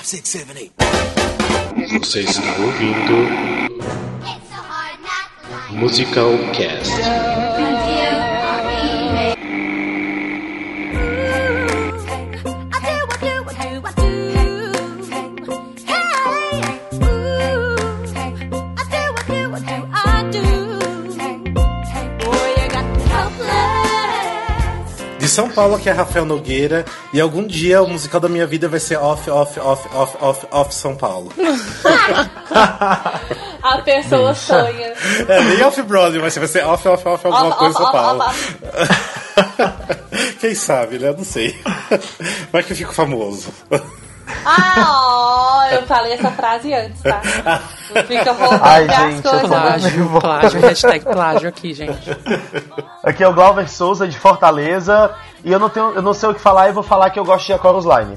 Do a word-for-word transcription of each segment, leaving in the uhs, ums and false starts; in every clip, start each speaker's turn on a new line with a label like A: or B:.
A: six, seven, eight.
B: Você está ouvindo Musical Cast.
C: De São Paulo, aqui é Rafael Nogueira. E algum dia o musical da minha vida vai ser Off, Off, Off, Off, Off, Off São Paulo.
D: A pessoa sonha.
C: É, nem Off-Broadway, mas vai ser Off, Off, Off, alguma
D: Off,
C: coisa em São
D: off,
C: Paulo.
D: off,
C: Quem sabe, né? Não sei. Vai que eu fico famoso.
D: Ah, ó, eu falei essa frase antes, tá? Não fica roubando
E: Ai,
D: as
E: gente,
D: coisas.
E: eu tô
F: Plágio, plágio, hashtag plágio aqui, gente.
E: Aqui é o Glauber Souza, de Fortaleza. E eu não, tenho, eu não sei o que falar e vou falar que eu gosto de A Chorus Line.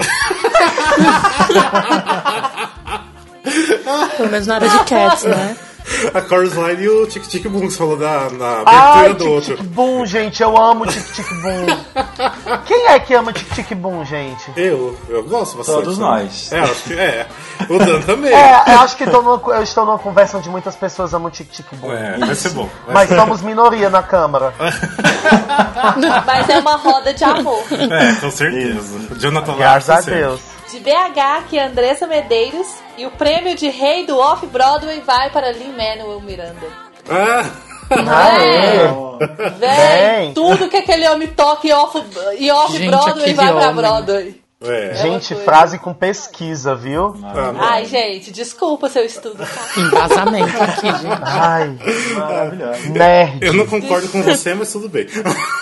F: Pelo menos na área de Cats, né?
C: A Chorus Line e o Tic Tic Boom, que você falou da, na
E: Ai,
C: abertura do
E: Tic
C: outro.
E: Tic Boom, gente, eu amo Tic Tic Boom. Quem é que ama Tic Tic Boom, gente?
C: Eu, eu gosto bastante.
G: Todos nós.
C: É, acho que é. O Dan também.
E: É, eu acho que tô numa, eu estou numa conversa onde muitas pessoas amam Tic Tic Boom.
C: É, vai ser bom. Vai
E: Mas
C: ser...
E: somos minoria na Câmara.
D: Mas é uma roda de amor.
C: É, com certeza. Jonathan
E: Graças a
C: Larson,
E: Deus.
D: De B H, que é Andressa Medeiros. E o prêmio de rei do Off-Broadway vai para Lin-Manuel Miranda.
C: Ah!
D: Véi,
E: Bem.
D: tudo que aquele homem toca e off-Broadway e off
F: Gente,
D: Broadway vai
F: aquele
D: pra
F: homem.
D: Broadway.
C: É.
E: Gente,
D: coisa.
E: frase com pesquisa, viu?
C: Ah,
D: Ai, gente, desculpa seu estudo, tá?
F: Embasamento aqui, gente.
E: Ai,
G: Maravilhoso.
E: nerd.
C: eu não concordo com você, mas tudo bem.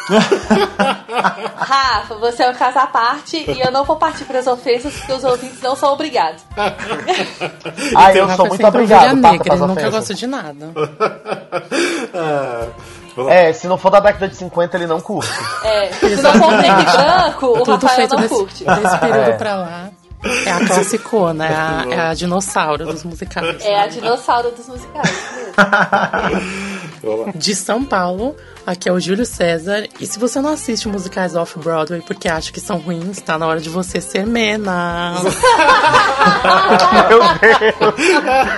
D: Rafa, você é um caso à parte e eu não vou partir para as ofensas porque os ouvintes não são obrigados.
E: Ai, eu
F: Rafa
E: sou
F: é
E: muito
F: sempre
E: obrigado,
F: ovelha
E: tá?
F: negra,
E: Faz
F: ele nunca
E: ofensa.
F: gosta de nada.
C: Ah,
E: É, se não for da década de cinquenta, ele não curte.
D: É, se não for preto e branco, o
F: Tudo
D: Rafael
F: feito
D: não
F: desse,
D: curte.
F: desse período
E: É.
F: pra lá. É a classicona, é a, é a dinossauro dos musicais.
D: É a dinossauro dos musicais mesmo.
F: De São Paulo, aqui é o Júlio César. E se você não assiste musicais off-Broadway porque acha que são ruins, tá na hora de você ser menos.
E: Meu Deus.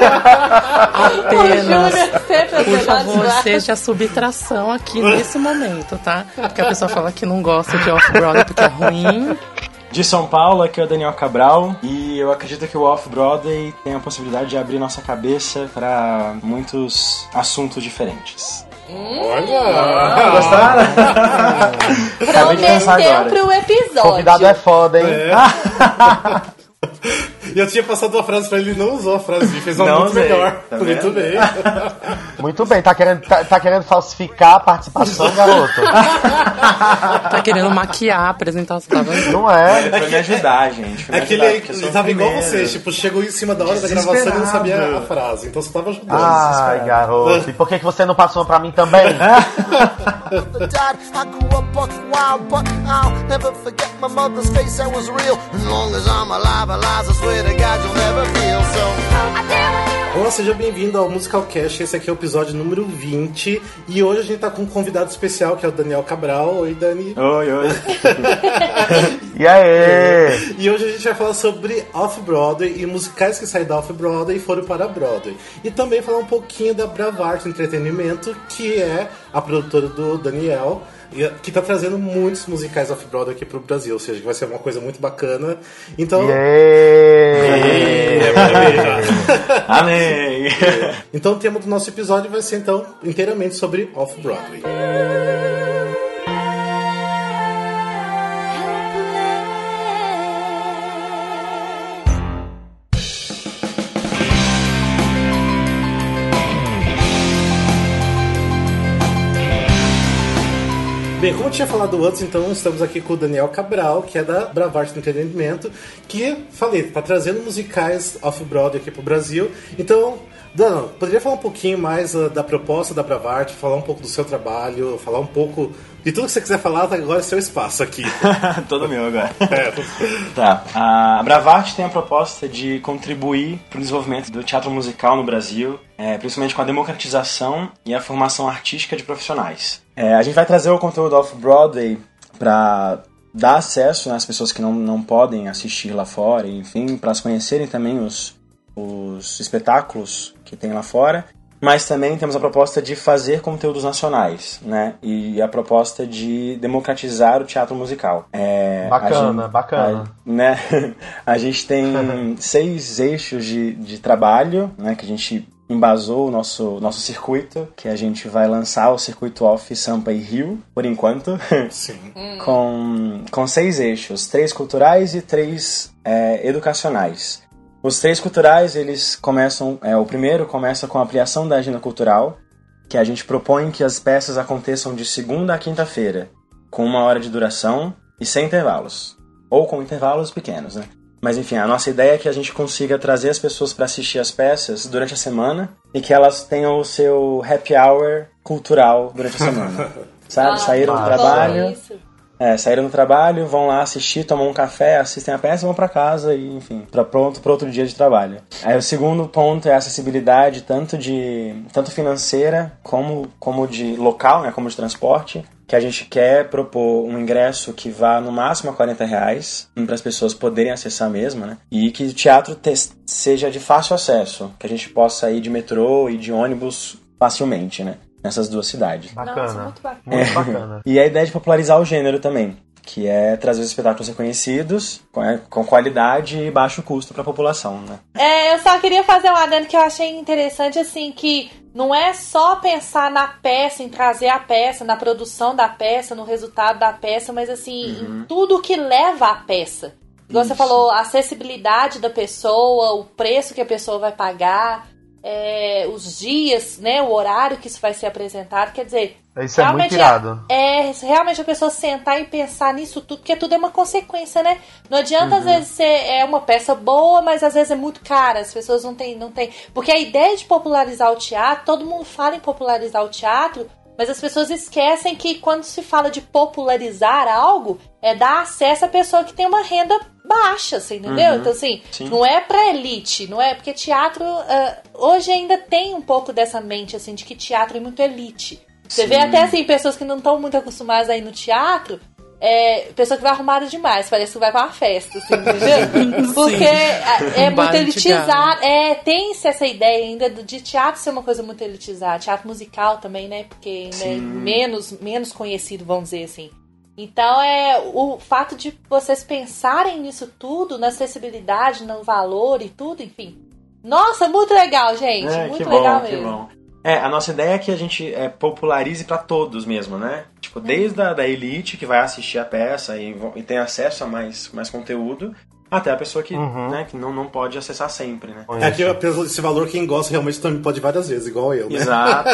D: O Júlio
F: Apenas.
D: é sempre as
F: Por
D: melhores
F: favor,
D: marcas.
F: seja a subtração aqui nesse momento, tá? Porque a pessoa fala que não gosta de off-Broadway porque é ruim.
G: De São Paulo, aqui é o Daniel Cabral. E eu acredito que o Off-Broadway tem a possibilidade de abrir nossa cabeça para muitos assuntos diferentes.
C: olha!
G: Gostaram? Acabei de pensar
D: Prometeu
G: agora.
D: pro episódio.
E: Convidado é foda, hein?
C: E eu tinha passado uma frase pra ele, não usou a frase, ele fez uma
G: Não
C: muito
G: usei,
C: melhor.
G: tá
C: Muito
G: vendo?
C: bem.
E: Muito bem, tá querendo, tá, tá querendo falsificar a participação, garoto?
F: Tá querendo maquiar a apresentação. Tá vendo?
E: Não é?
G: Foi me ajudar, gente. Foi me
C: Aquele
G: ajudar,
C: aí,
G: porque eu sou
C: ele tava igual
G: primeiro.
C: você, tipo, chegou em cima da hora da gravação e não sabia a frase. Então você tava ajudando.
E: Ai, garoto. E por que, que você não passou pra mim também?
A: I grew up buck wild, but I'll never forget my mother's face that was real. As long as I'm alive, alive, I swear to God you'll never feel so.
C: Olá, seja bem-vindo ao Musical Cast. Esse aqui é o episódio número vinte. E hoje a gente tá com um convidado especial, que é o Daniel Cabral. Oi, Dani.
G: Oi, oi.
E: E aí?
C: E hoje a gente vai falar sobre Off-Broadway e musicais que saíram da Off-Broadway e foram para a Broadway. E também falar um pouquinho da Bravart Entretenimento, que é a produtora do Daniel, que tá trazendo muitos musicais Off-Broadway aqui pro Brasil. Ou seja, que vai ser uma coisa muito bacana. Então...
E: Yeah.
G: Amém.
C: Então o tema do nosso episódio vai ser, então, inteiramente sobre Off-Broadway. Bem, como eu tinha falado antes, então estamos aqui com o Daniel Cabral, que é da Bravart Entretenimento, que, falei, tá trazendo musicais off-Broadway aqui pro Brasil. Então, Dan, poderia falar um pouquinho mais uh, da proposta da Bravart, falar um pouco do seu trabalho, falar um pouco de tudo que você quiser falar, agora é seu espaço aqui.
G: Todo meu agora.
C: É.
G: Tá. A Bravart tem a proposta de contribuir para o desenvolvimento do teatro musical no Brasil, é, principalmente com a democratização e a formação artística de profissionais. É, a gente vai trazer o conteúdo off-Broadway para dar acesso, né, às pessoas que não, não podem assistir lá fora, enfim, para elas conhecerem também os, os espetáculos que tem lá fora. Mas também temos a proposta de fazer conteúdos nacionais, né? E a proposta de democratizar o teatro musical. É,
E: bacana,
G: a gente,
E: bacana.
G: A, né? A gente tem seis eixos de, de trabalho, né? Que a gente embasou o nosso, nosso circuito, que a gente vai lançar o circuito Off Sampa e Rio, por enquanto.
C: Sim.
G: com, com seis eixos, três culturais e três é, educacionais. Os três culturais, eles começam... É, o primeiro começa com a ampliação da agenda cultural, que a gente propõe que as peças aconteçam de segunda a quinta-feira, com uma hora de duração e sem intervalos. Ou com intervalos pequenos, né? Mas enfim, a nossa ideia é que a gente consiga trazer as pessoas para assistir as peças durante a semana e que elas tenham o seu happy hour cultural durante a semana. Sabe?
D: Ah,
G: Saíram do
E: bom
G: trabalho...
D: isso.
G: É, saíram do trabalho, vão lá assistir, tomam um café, assistem a peça e vão pra casa e, enfim, pra pronto para outro dia de trabalho. Aí o segundo ponto é a acessibilidade tanto de tanto financeira como, como de local, né, como de transporte, que a gente quer propor um ingresso que vá no máximo a quarenta reais, para as pessoas poderem acessar mesmo, né, e que o teatro te, seja de fácil acesso, que a gente possa ir de metrô e de ônibus facilmente, né. Nessas duas cidades.
E: Bacana.
D: Nossa, muito bacana.
E: Muito bacana.
G: E a ideia de popularizar o gênero também, que é trazer os espetáculos reconhecidos, com, é, com qualidade e baixo custo para a população, né?
D: É, eu só queria fazer um adendo que eu achei interessante, assim, que não é só pensar na peça, em trazer a peça, na produção da peça, no resultado da peça, mas, assim,
G: Uhum.
D: em tudo que leva à peça. Igual você falou, a acessibilidade da pessoa, o preço que a pessoa vai pagar... É, os dias, né, o horário que isso vai ser apresentado, quer dizer,
E: Isso é muito irado.
D: É, é realmente a pessoa sentar e pensar nisso tudo, porque tudo é uma consequência, né? Não adianta
G: Uhum.
D: às vezes ser é uma peça boa, mas às vezes é muito cara, as pessoas não têm, não têm, porque a ideia de popularizar o teatro, todo mundo fala em popularizar o teatro, mas as pessoas esquecem que quando se fala de popularizar algo, é dar acesso à pessoa que tem uma renda baixa, você entendeu?
G: Uhum,
D: então, assim,
G: sim.
D: não é pra elite, não é? Porque teatro, uh, hoje ainda tem um pouco dessa mente, assim, de que teatro é muito elite. Você
G: Sim.
D: vê até, assim, pessoas que não estão muito acostumadas a ir no teatro, é, pessoa que vai arrumada demais, parece que vai pra uma festa, assim, entendeu? Porque é, é muito
F: Bar
D: elitizado. É, tem-se essa ideia ainda de teatro ser uma coisa muito elitizada. Teatro musical também, né? Porque né, menos, menos conhecido, vamos dizer assim. Então, é o fato de vocês pensarem nisso tudo, na acessibilidade, no valor e tudo, enfim. Nossa, muito legal, gente.
G: É,
D: muito
G: que
D: legal
G: bom, que
D: mesmo.
G: bom. É, a nossa ideia é que a gente é, popularize pra todos mesmo, né? Tipo, desde a da elite que vai assistir a peça e, e tem acesso a mais, mais conteúdo, até a pessoa que,
E: Uhum.
G: né, que não, não pode acessar sempre, né?
C: É que pelo esse valor, quem gosta realmente também pode ir várias vezes, igual eu, né?
G: Exato.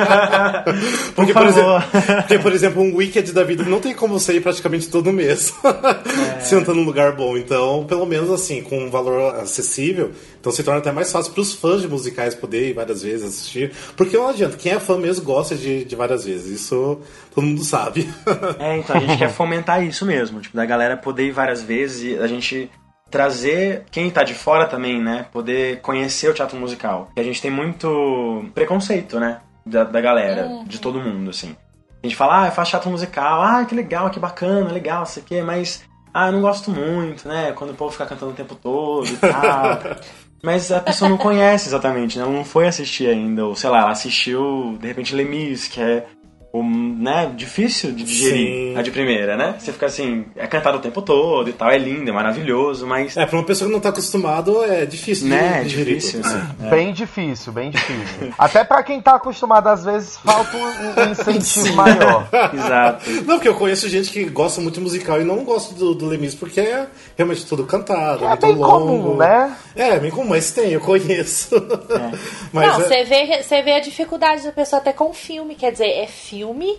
C: Porque,
G: Por
C: por exemplo,
G: favor.
C: porque, por exemplo, um Wicked da vida não tem como você ir praticamente todo mês sentando num lugar bom. Então, pelo menos assim, com um valor acessível, então se torna até mais fácil para os fãs de musicais poder ir várias vezes assistir. Porque não adianta, quem é fã mesmo gosta de, de várias vezes. Isso todo mundo sabe.
G: É, então a gente quer fomentar isso mesmo, tipo, da galera poder ir várias vezes e a gente trazer quem tá de fora também, né, poder conhecer o teatro musical. E a gente tem muito preconceito, né, da, da galera,
D: Uhum.
G: de todo mundo, assim. A gente fala, ah, eu faço teatro musical, ah, que legal, que bacana, legal, sei o quê, mas, ah, eu não gosto muito, né, quando o povo fica cantando o tempo todo e tal. Mas a pessoa não conhece exatamente, né, ela não foi assistir ainda, ou sei lá, ela assistiu, de repente, Lemis, que é o, né, difícil de digerir
C: Sim.
G: a de primeira, né? Você fica assim, é cantado o tempo todo e tal, é lindo, é maravilhoso, mas...
C: É, pra uma pessoa que não tá acostumado, é difícil
G: né, é
C: de digerir
G: difícil,
C: tudo.
G: assim. É.
E: Bem difícil, bem difícil. Até pra quem tá acostumado, às vezes, falta um, um incentivo
C: Sim.
E: maior.
G: Exato.
C: Não, porque eu conheço gente que gosta muito de musical e não gosta do, do Lemis porque é realmente tudo cantado,
E: É
C: muito
E: bem
C: longo.
E: comum, né?
C: É, bem comum, mas tem, eu conheço. Mas
D: Não,
C: é-
D: você vê, você vê a dificuldade da pessoa até com filme. Quer dizer, é filme,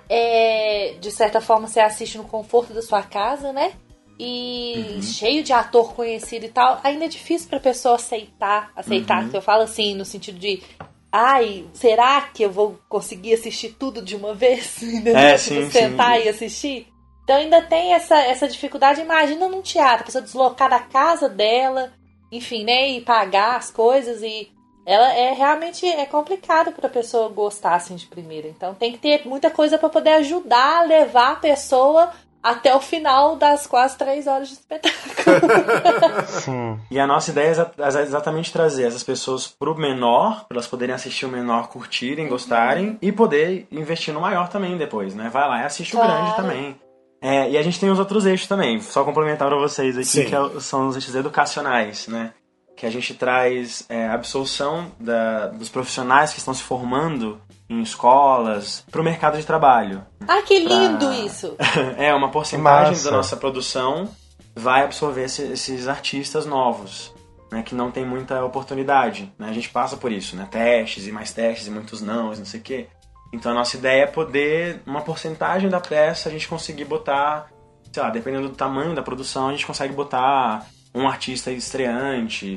D: é, de certa forma você assiste no conforto da sua casa, né? E cheio de ator conhecido e tal. Ainda é difícil pra pessoa aceitar. Aceitar, que eu falo assim, no sentido de... Ai, será que eu vou conseguir assistir tudo de uma vez?
G: É,
D: Tipo,
G: sim,
D: sentar
G: sim.
D: e assistir? Então ainda tem essa, essa dificuldade. Imagina num teatro, a pessoa deslocar da casa dela, enfim, né? E pagar as coisas e... Ela é realmente é complicado pra pessoa gostar assim de primeira. Então tem que ter muita coisa pra poder ajudar a levar a pessoa até o final das quase três horas de espetáculo.
G: Sim. E a nossa ideia é exatamente trazer essas pessoas pro menor, para elas poderem assistir o menor, curtirem, gostarem, e poder investir no maior também depois, né? Vai lá e assiste
D: Claro.
G: o grande também. É, e a gente tem os outros eixos também, só complementar para vocês aqui,
C: Sim.
G: que é- são os eixos educacionais, né? Que a gente traz é, a absorção da, dos profissionais que estão se formando em escolas para o mercado de trabalho.
D: Ah, que lindo
G: Pra-
D: isso!
G: É, uma porcentagem
E: Massa.
G: da nossa produção vai absorver esse- esses artistas novos, né, que não tem muita oportunidade, né? A gente passa por isso, né? Testes e mais testes e muitos nãos, não sei o quê. Então a nossa ideia é poder, uma porcentagem da peça, a gente conseguir botar, sei lá, dependendo do tamanho da produção, a gente consegue botar um artista estreante,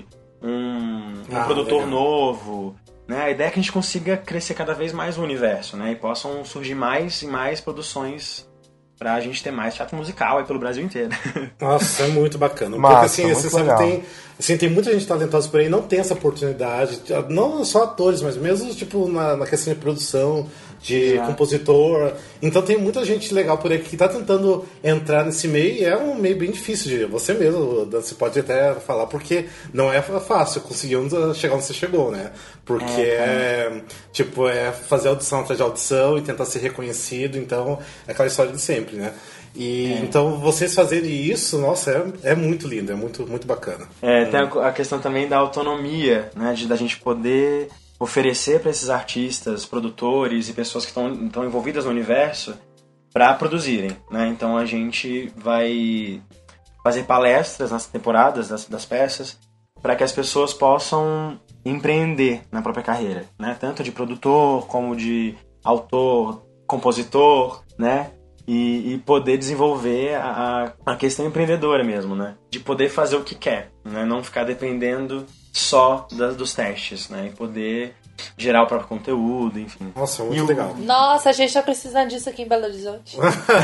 G: um, um
C: Ah,
G: produtor
C: legal.
G: novo, né? A ideia é que a gente consiga crescer cada vez mais o universo, né? E possam surgir mais e mais produções pra gente ter mais teatro musical aí pelo Brasil inteiro.
C: Nossa, é muito bacana.
E: Massa,
C: Porque assim,
E: muito
C: você sabe,
E: legal.
C: tem, assim, tem muita gente talentosa por aí, não tem essa oportunidade, não só atores, mas mesmo tipo na, na questão de produção, de
G: Exato.
C: compositor. Então tem muita gente legal por aí que tá tentando entrar nesse meio e é um meio bem difícil de você mesmo, você pode até falar, porque não é fácil conseguir onde- chegar onde você chegou, né? Porque é, tipo, é fazer audição atrás de audição e tentar ser reconhecido, então é aquela história de sempre, né? E então vocês fazerem isso, nossa, é, é muito lindo, é muito, muito bacana.
G: É, tem a, a questão também da autonomia, né? De da gente poder oferecer para esses artistas, produtores e pessoas que estão envolvidas no universo para produzirem, né? Então a gente vai fazer palestras nas temporadas das, das peças para que as pessoas possam empreender na própria carreira, né? Tanto de produtor como de autor, compositor, né? E, e poder desenvolver a, a questão empreendedora mesmo, né? De poder fazer o que quer, né? Não ficar dependendo só das, dos testes, né? E poder gerar o próprio conteúdo, enfim.
C: Nossa,
G: E
C: muito
G: o-
C: legal.
D: Nossa, a gente tá precisando disso aqui em Belo Horizonte.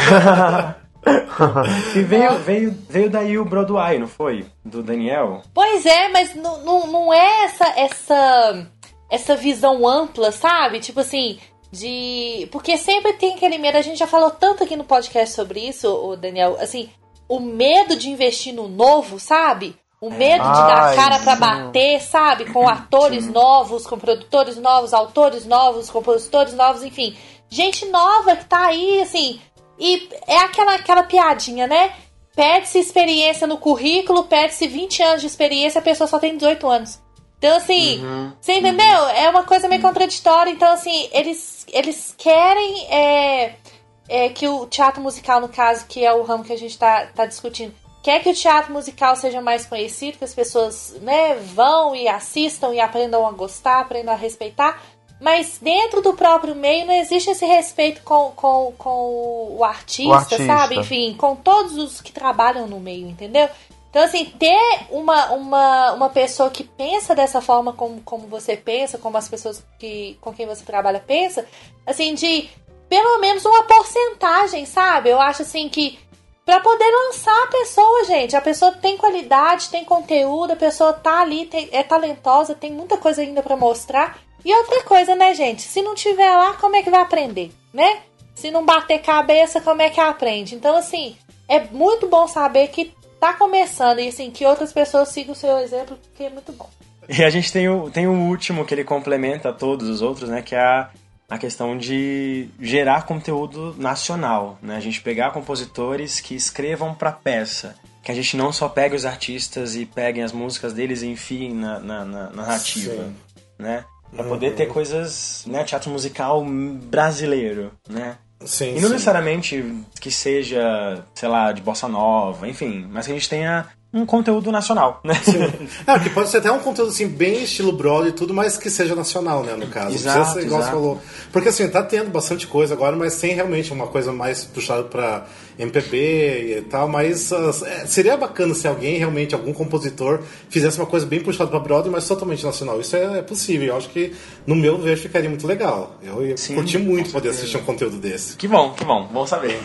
G: E veio, veio, veio daí o Broadway, não foi? Do Daniel?
D: Pois é, mas não, não, não é essa, essa, essa visão ampla, sabe? Tipo assim, de... Porque sempre tem aquele medo, a gente já falou tanto aqui no podcast sobre isso, o Daniel, assim, o medo de investir no novo, sabe? O medo de dar
E: Ai,
D: cara pra
E: sim.
D: bater, sabe? Com atores novos, com produtores novos, autores novos, compositores novos, enfim. Gente nova que tá aí, assim... E é aquela, aquela piadinha, né? Pede-se experiência no currículo, pede-se vinte anos de experiência, a pessoa só tem dezoito anos. Então, assim, você entendeu? É uma coisa meio contraditória. Então, assim, eles, eles querem é, é, que o teatro musical, no caso, que é o ramo que a gente tá, tá discutindo, quer que o teatro musical seja mais conhecido, que as pessoas, né, vão e assistam e aprendam a gostar, aprendam a respeitar. Mas dentro do próprio meio não existe esse respeito com, com, com o artista,
E: O artista.
D: sabe? Enfim, com todos os que trabalham no meio, entendeu? Então, assim, ter uma, uma, uma pessoa que pensa dessa forma como, como você pensa, como as pessoas que, com quem você trabalha pensam, assim, de pelo menos uma porcentagem, sabe? Eu acho, assim, que pra poder lançar a pessoa, gente, a pessoa tem qualidade, tem conteúdo, a pessoa tá ali, tem, é talentosa, tem muita coisa ainda pra mostrar. E outra coisa, né, gente? Se não tiver lá, como é que vai aprender, né? Se não bater cabeça, como é que aprende? Então, assim, é muito bom saber que tá começando e, assim, que outras pessoas sigam o seu exemplo, porque é muito bom.
G: E a gente tem o, tem o último que ele complementa a todos os outros, né? Que é a, a questão de gerar conteúdo nacional, né? A gente pegar compositores que escrevam pra peça. Que a gente não só pegue os artistas e peguem as músicas deles e enfiem na, na, na narrativa,
C: Sim.
G: né? Pra poder ter coisas, né? Teatro musical brasileiro, né?
C: Sim,
G: E não
C: sim.
G: necessariamente que seja, sei lá, de bossa nova, enfim, mas que a gente tenha um conteúdo nacional, né?
C: É, que pode ser até um conteúdo assim, bem estilo Broadway e tudo, mas que seja nacional, né, no caso.
G: Exato,
C: Não precisa ser igual você
G: exato.
C: falou. Porque assim, tá tendo bastante coisa agora, mas tem realmente uma coisa mais puxada pra M P B e tal, mas uh, é, seria bacana se alguém, realmente, algum compositor, fizesse uma coisa bem puxada pra Broadway, mas totalmente nacional. Isso é, é possível. Eu acho que, no meu ver, ficaria muito legal. Eu ia
G: Sim,
C: curtir muito
G: com
C: poder
G: certeza.
C: assistir um conteúdo desse.
G: Que bom, que bom, bom saber.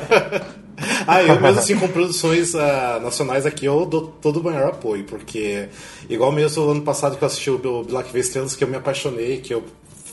C: Ah, eu mesmo assim, com produções uh, nacionais aqui, eu dou todo o maior apoio, porque igual mesmo o ano passado que eu assisti o Black Veil Estrelas, que eu me apaixonei, que eu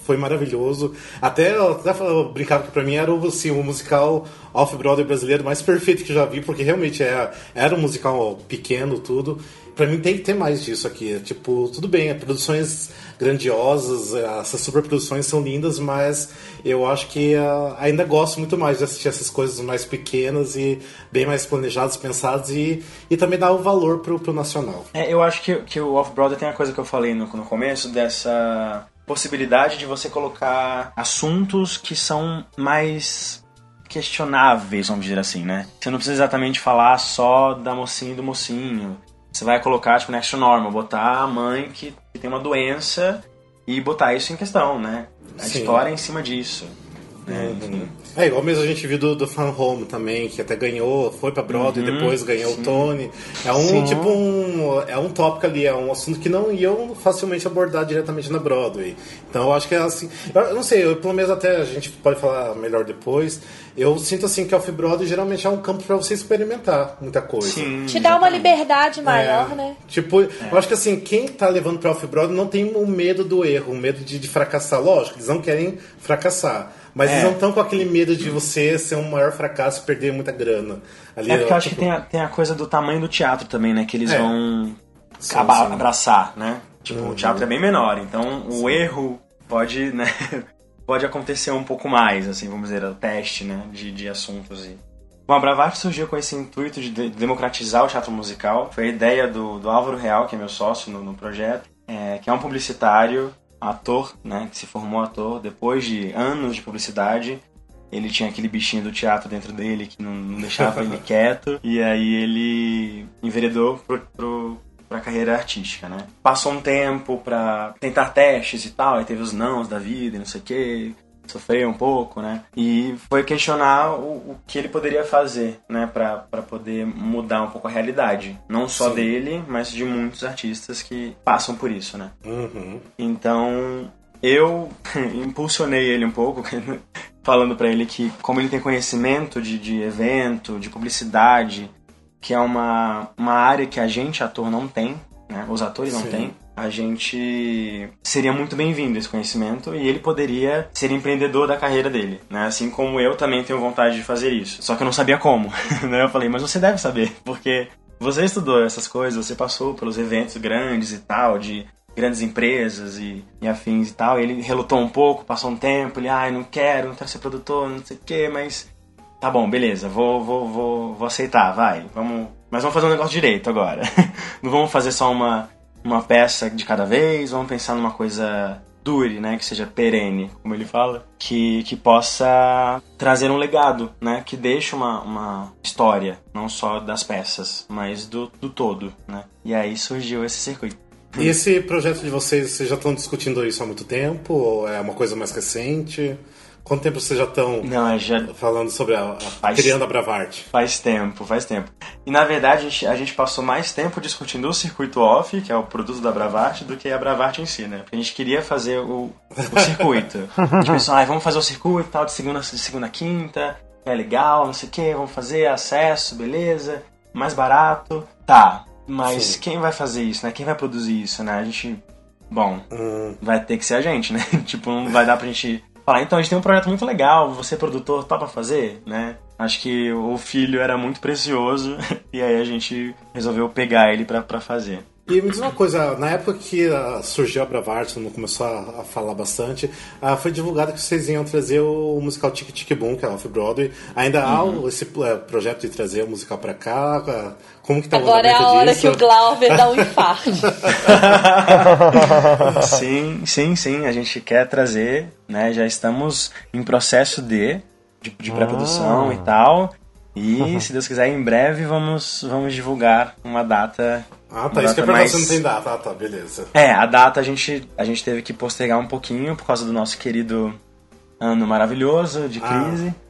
C: foi maravilhoso. Até eu, até eu brincava que pra mim era assim, o musical off-Broadway brasileiro mais perfeito que eu já vi, porque realmente é, era um musical pequeno, tudo. Pra mim tem que ter mais disso aqui. Tipo, tudo bem, produções grandiosas, essas superproduções são lindas, mas eu acho que uh, ainda gosto muito mais de assistir essas coisas mais pequenas e bem mais planejadas, pensadas e, e também dar o valor pro, pro nacional.
G: É, eu acho que, que o Off-Broadway tem a coisa que eu falei no, no começo, dessa possibilidade de você colocar assuntos que são mais questionáveis, vamos dizer assim, né? Você não precisa exatamente falar só da mocinha e do mocinho. Você vai colocar, tipo, next normal, botar a mãe que, que tem uma doença e botar isso em questão, né? A Sim. história é em cima disso. Né?
C: Uhum. É igual mesmo a gente viu do, do Fan Home também, que até ganhou, foi pra Broadway, uhum, depois ganhou sim. o Tony. É um sim. tipo um. É um tópico ali, é um assunto que não iam facilmente abordar diretamente na Broadway. Então eu acho que é assim. Eu não sei, eu, pelo menos até a gente pode falar melhor depois. Eu sinto assim que Off-Broadway geralmente é um campo pra você experimentar muita coisa.
D: Sim, Te dá uma liberdade maior,
C: é,
D: né?
C: Tipo, é. eu acho que assim, quem tá levando pra Off-Broadway não tem o medo do erro, o medo de, de fracassar. Lógico, eles não querem fracassar. Mas é. eles não estão com aquele medo de você ser um maior fracasso e perder muita grana. Ali,
G: é porque eu acho
C: tipo...
G: que tem a, tem a coisa do tamanho do teatro também, né? Que eles é. vão
C: sim,
G: aba-
C: sim.
G: abraçar, né? Tipo,
C: uhum.
G: o teatro é bem menor, então sim. o erro pode, né? pode acontecer um pouco mais, assim, vamos dizer, o teste, né? De, de assuntos. E... Bom, a Bravart surgiu com esse intuito de, de democratizar o teatro musical. Foi a ideia do, do Álvaro Real, que é meu sócio no, no projeto, é, que é um publicitário, ator, né, que se formou ator depois de anos de publicidade. Ele tinha aquele bichinho do teatro dentro dele que não, não deixava ele quieto, e aí ele enveredou pro, pro, pra carreira artística, né. Passou um tempo pra tentar testes e tal, aí teve os nãos da vida e não sei o que, sofreu um pouco, né, e foi questionar o, o que ele poderia fazer, né, pra, pra poder mudar um pouco a realidade, não só Sim. dele, mas de muitos artistas que passam por isso, né.
C: Uhum.
G: Então, eu impulsionei ele um pouco, falando pra ele que, como ele tem conhecimento de, de evento, de publicidade, que é uma, uma área que a gente, ator, não tem, né, os atores não Sim. têm, a gente seria muito bem-vindo esse conhecimento e ele poderia ser empreendedor da carreira dele, né? Assim como eu também tenho vontade de fazer isso. Só que eu não sabia como, né? Eu falei, mas você deve saber, porque você estudou essas coisas, você passou pelos eventos grandes e tal, de grandes empresas e, e afins e tal. Ele relutou um pouco, passou um tempo, ele, ai, ah, não quero, não quero ser produtor, não sei o quê, mas tá bom, beleza, vou, vou, vou, vou aceitar, vai, vamos... Mas vamos fazer um negócio direito agora. Não vamos fazer só uma... uma peça de cada vez, vamos pensar numa coisa dure, né, que seja perene, como ele fala, que, que possa trazer um legado, né, que deixe uma, uma história, não só das peças, mas do, do todo, né, e aí surgiu esse circuito.
C: E esse projeto de vocês, vocês já estão discutindo isso há muito tempo, ou é uma coisa mais recente? Quanto tempo vocês já estão
G: Não, já...
C: falando sobre a, a
G: faz...
C: criando a Bravart?
G: Faz tempo, faz tempo. E na verdade a gente, a gente passou mais tempo discutindo o circuito off, que é o produto da Bravart, do que a Bravart em si, né? Porque a gente queria fazer o, o circuito. A gente pensou, ah, vamos fazer o circuito tal, de segunda, de segunda a quinta, é legal, não sei o que, vamos fazer acesso, beleza, mais barato. Tá, mas Sim. quem vai fazer isso, né? Quem vai produzir isso, né? A gente, bom, hum. vai ter que ser a gente, né? Tipo, não vai dar pra gente... falar, então a gente tem um projeto muito legal, você produtor, topa fazer, né? Acho que o filho era muito precioso e aí a gente resolveu pegar ele pra, pra fazer.
C: E me diz uma coisa, na época que uh, surgiu a Bravart, não começou a, a falar bastante, uh, foi divulgado que vocês iam trazer o musical Tic Tic Boom, que é Off-Broadway. Ainda uhum. há esse uh, projeto de trazer o musical pra cá? Uh, como que tá o
D: Agora é a hora
C: disso?
D: que o Glauber dá um infarto.
G: Sim, sim, sim, a gente quer trazer, né? Já estamos em processo de, de, de pré-produção ah. e tal. E, uhum. se Deus quiser, em breve vamos, vamos divulgar uma data...
C: Ah, tá. Isso que é pra mais... você não tem data. Ah, tá. Beleza.
G: É, a data a gente, a gente teve que postergar um pouquinho por causa do nosso querido ano maravilhoso de crise.
C: Ah,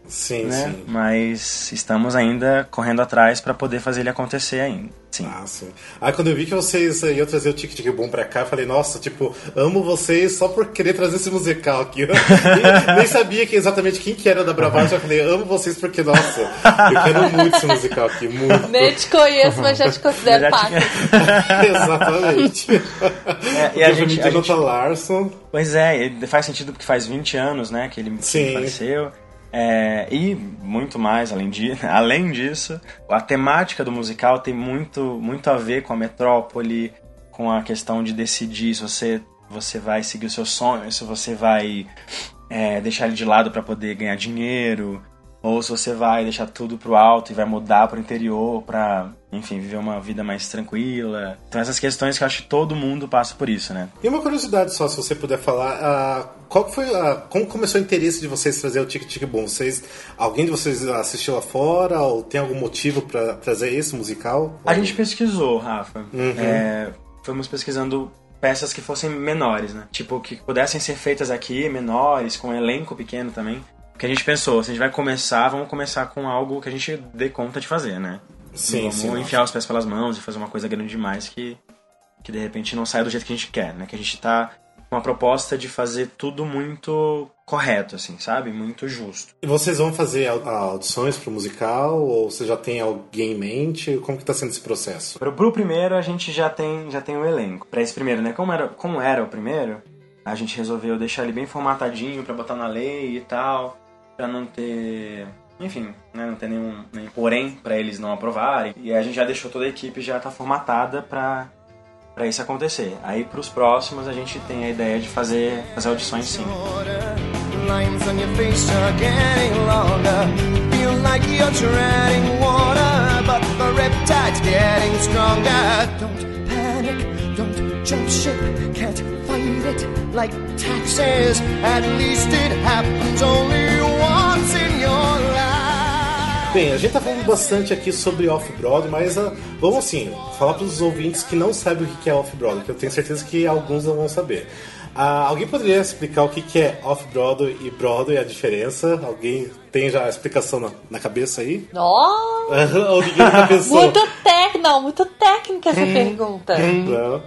C: Sim,
G: né?
C: sim.
G: Mas estamos ainda correndo atrás para poder fazer ele acontecer ainda. Sim.
C: Ah, sim. Aí quando eu vi que vocês iam trazer o Tic Tic Boom pra cá, eu falei, nossa, tipo, amo vocês só por querer trazer esse musical aqui. Eu nem, nem sabia que exatamente quem que era da Bravarte, eu falei, amo vocês porque, nossa, eu quero muito esse musical aqui, muito.
D: Nem te conheço, mas já te considero
G: Já
D: parte.
G: tinha-
C: Exatamente.
G: É, e a gente, a
C: Jonathan
G: gente-
C: Larson.
G: Pois é, ele faz sentido porque faz vinte anos, né, que ele, que
C: Sim.
G: ele faleceu. É, e muito mais, além, de, além disso, a temática do musical tem muito, muito a ver com a metrópole, com a questão de decidir se você, você vai seguir o seu sonho, se você vai é, deixar ele de lado para poder ganhar dinheiro, ou se você vai deixar tudo pro alto e vai mudar pro interior pra, enfim, viver uma vida mais tranquila. Então essas questões que eu acho que todo mundo passa por isso, né?
C: E uma curiosidade só, se você puder falar, ah, qual que foi a, como começou o interesse de vocês trazer o Tic Tic Boom? Vocês, alguém de vocês assistiu lá fora ou tem algum motivo pra trazer esse musical?
G: A gente pesquisou, Rafa. É, fomos pesquisando peças que fossem menores, né? Tipo, que pudessem ser feitas aqui, menores, com um elenco pequeno também. Porque a gente pensou, se a gente vai começar, vamos começar com algo que a gente dê conta de fazer, né?
C: Sim,
G: Vamos
C: sim,
G: enfiar os pés pelas mãos e fazer uma coisa grande demais que, que de repente não saia do jeito que a gente quer, né? Que a gente tá com uma proposta de fazer tudo muito correto, assim, sabe? Muito justo.
C: E vocês vão fazer au- audições pro musical ou você já tem alguém em mente? Como que tá sendo esse processo?
G: Pro, pro primeiro, a gente já tem, já tem o elenco. Pra esse primeiro, né? Como era, como era o primeiro, a gente resolveu deixar ele bem formatadinho pra botar na lei e tal, pra não ter... Enfim, né? Não ter nenhum, nenhum porém pra eles não aprovarem. E a gente já deixou toda a equipe já tá formatada pra, pra isso acontecer. Aí pros próximos a gente tem a ideia de fazer, fazer audições sim.
A: Lines on your face are getting longer. Feel like you're treading water, but the riptide's getting stronger. Don't panic, don't jump ship, can't fight it like taxes. At least it happens only once in your life.
C: Bem, a gente tá falando bastante aqui sobre Off-Broadway, mas ah, vamos assim, falar para os ouvintes que não sabem o que é Off-Broadway, que eu tenho certeza que alguns não vão saber. Ah, alguém poderia explicar o que é Off-Broadway e Broadway, a diferença? Alguém tem já a explicação na, na cabeça aí?
D: Nossa!
C: Ou ninguém nunca pensou?
D: Muito técnico, não, muito técnica essa pergunta.
C: Não.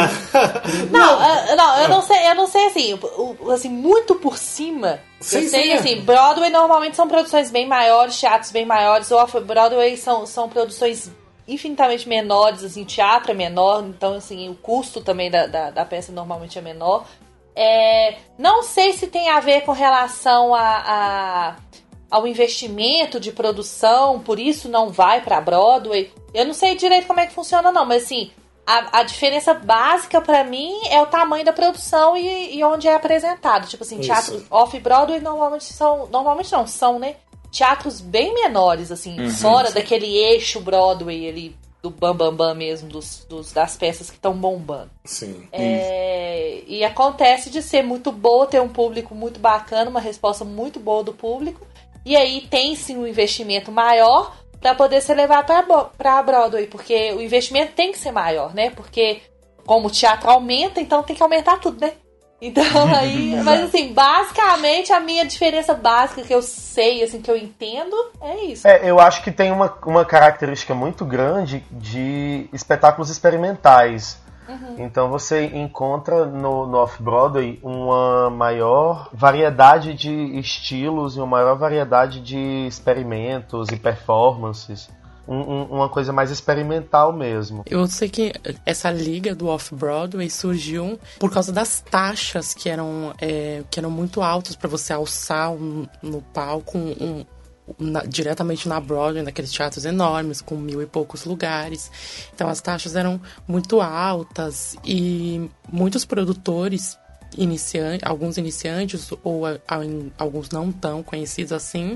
D: Não, eu- não, eu não sei, eu não sei assim, o- o- assim, muito por cima.
C: Sim,
D: eu sei
C: sim, é.
D: assim, Broadway normalmente são produções bem maiores, teatros bem maiores, Off-Broadway são, são produções infinitamente menores, assim, o teatro é menor, então assim, o custo também da, da, da peça normalmente é menor. É, não sei se tem a ver com relação a, a, ao investimento de produção, por isso não vai pra Broadway. Eu não sei direito como é que funciona não, mas assim, a, a diferença básica pra mim é o tamanho da produção e, e onde é apresentado. Tipo assim,
C: Isso.
D: teatro off-Broadway normalmente são, normalmente não, são, né? Teatros bem menores, assim, fora daquele eixo Broadway ali, do bam bam bam mesmo, dos, dos, das peças que estão bombando.
C: Sim.
D: É, e acontece de ser muito boa, ter um público muito bacana, uma resposta muito boa do público, e aí tem sim um investimento maior para poder ser levado para a Broadway, porque o investimento tem que ser maior, né? Porque como o teatro aumenta, então tem que aumentar tudo, né? Então aí, mas assim, basicamente a minha diferença básica que eu sei, assim, que eu entendo, é isso.
E: É, eu acho que tem uma, uma característica muito grande de espetáculos experimentais. Então você encontra no, no Off-Broadway uma maior variedade de estilos e uma maior variedade de experimentos e performances. Um, um, uma coisa mais experimental mesmo.
F: Eu sei que essa liga do Off-Broadway surgiu por causa das taxas que eram, é, que eram muito altas para você alçar um, no palco um, na, diretamente na Broadway, naqueles teatros enormes, com mil e poucos lugares. Então as taxas eram muito altas e muitos produtores, iniciantes, alguns iniciantes ou a, a, alguns não tão conhecidos assim,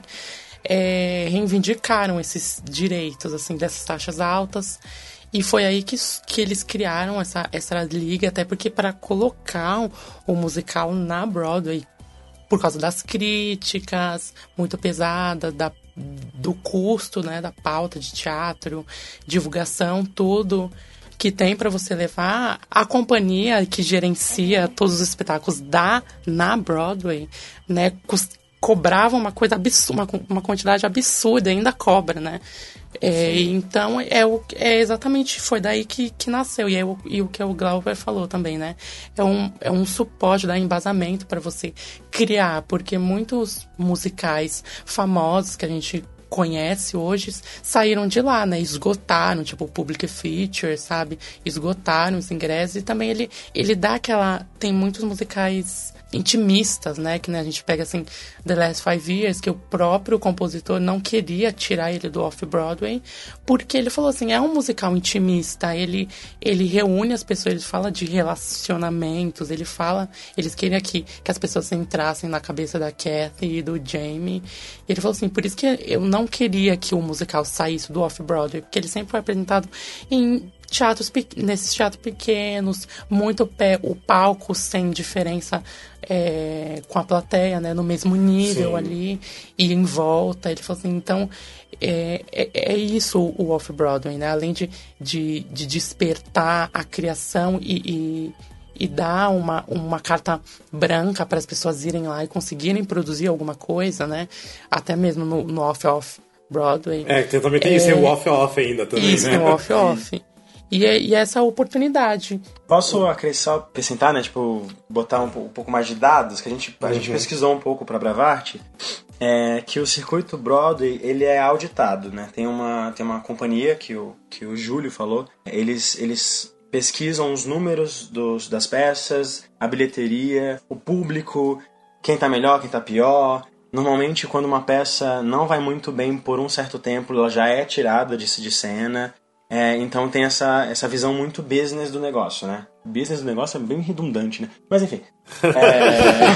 F: É, reivindicaram esses direitos, assim, dessas taxas altas. E foi aí que, que eles criaram essa, essa liga, até porque para colocar o, o musical na Broadway, por causa das críticas muito pesadas, da, do custo, né, da pauta de teatro, divulgação, tudo que tem para você levar, a companhia que gerencia todos os espetáculos da, na Broadway, né, cust, cobrava uma coisa absurda, uma, uma quantidade absurda, ainda cobra, né? É, então, é, o, é exatamente, foi daí que, que nasceu. E, é o, e o que o Glauber falou também, né? É um, é um suporte, dá embasamento para você criar, porque muitos musicais famosos que a gente conhece hoje saíram de lá, né? Esgotaram, tipo, o Public Feature, sabe? Esgotaram os ingressos. E também ele, ele dá aquela... Tem muitos musicais intimistas, né? Que né, a gente pega, assim, The Last Five Years, que o próprio compositor não queria tirar ele do Off-Broadway, porque ele falou assim, é um musical intimista, ele, ele reúne as pessoas, ele fala de relacionamentos, ele fala... Eles queriam que, que as pessoas entrassem na cabeça da Kathy e do Jamie. E ele falou assim, por isso que eu não queria que o musical saísse do Off-Broadway, porque ele sempre foi apresentado em teatros, nesses teatros pequenos, muito pé, o palco sem diferença é, com a plateia, né, no mesmo nível Sim. ali, e em volta. Ele falou assim, então, é, é, é isso o Off-Broadway, né, além de, de, de despertar a criação e, e, e dar uma, uma carta branca para as pessoas irem lá e conseguirem produzir alguma coisa, né, até mesmo no, no Off-Off Broadway.
C: É, tem, também tem é, isso, tem o Off-Off ainda também,
F: isso,
C: né?
F: Isso, o Off-Off. E, e essa oportunidade.
G: Posso acrescentar, né? Tipo, botar um, um pouco mais de dados, que a gente, a uhum. gente pesquisou um pouco para Bravart, é que o circuito Broadway, ele é auditado, né? Tem uma, tem uma companhia que o, que o Júlio falou, eles, eles pesquisam os números dos, das peças, a bilheteria, o público, quem tá melhor, quem tá pior. Normalmente, quando uma peça não vai muito bem por um certo tempo, ela já é tirada de, de cena. É, então tem essa, essa visão muito business do negócio, né? Business do negócio é bem redundante, né? Mas enfim. É...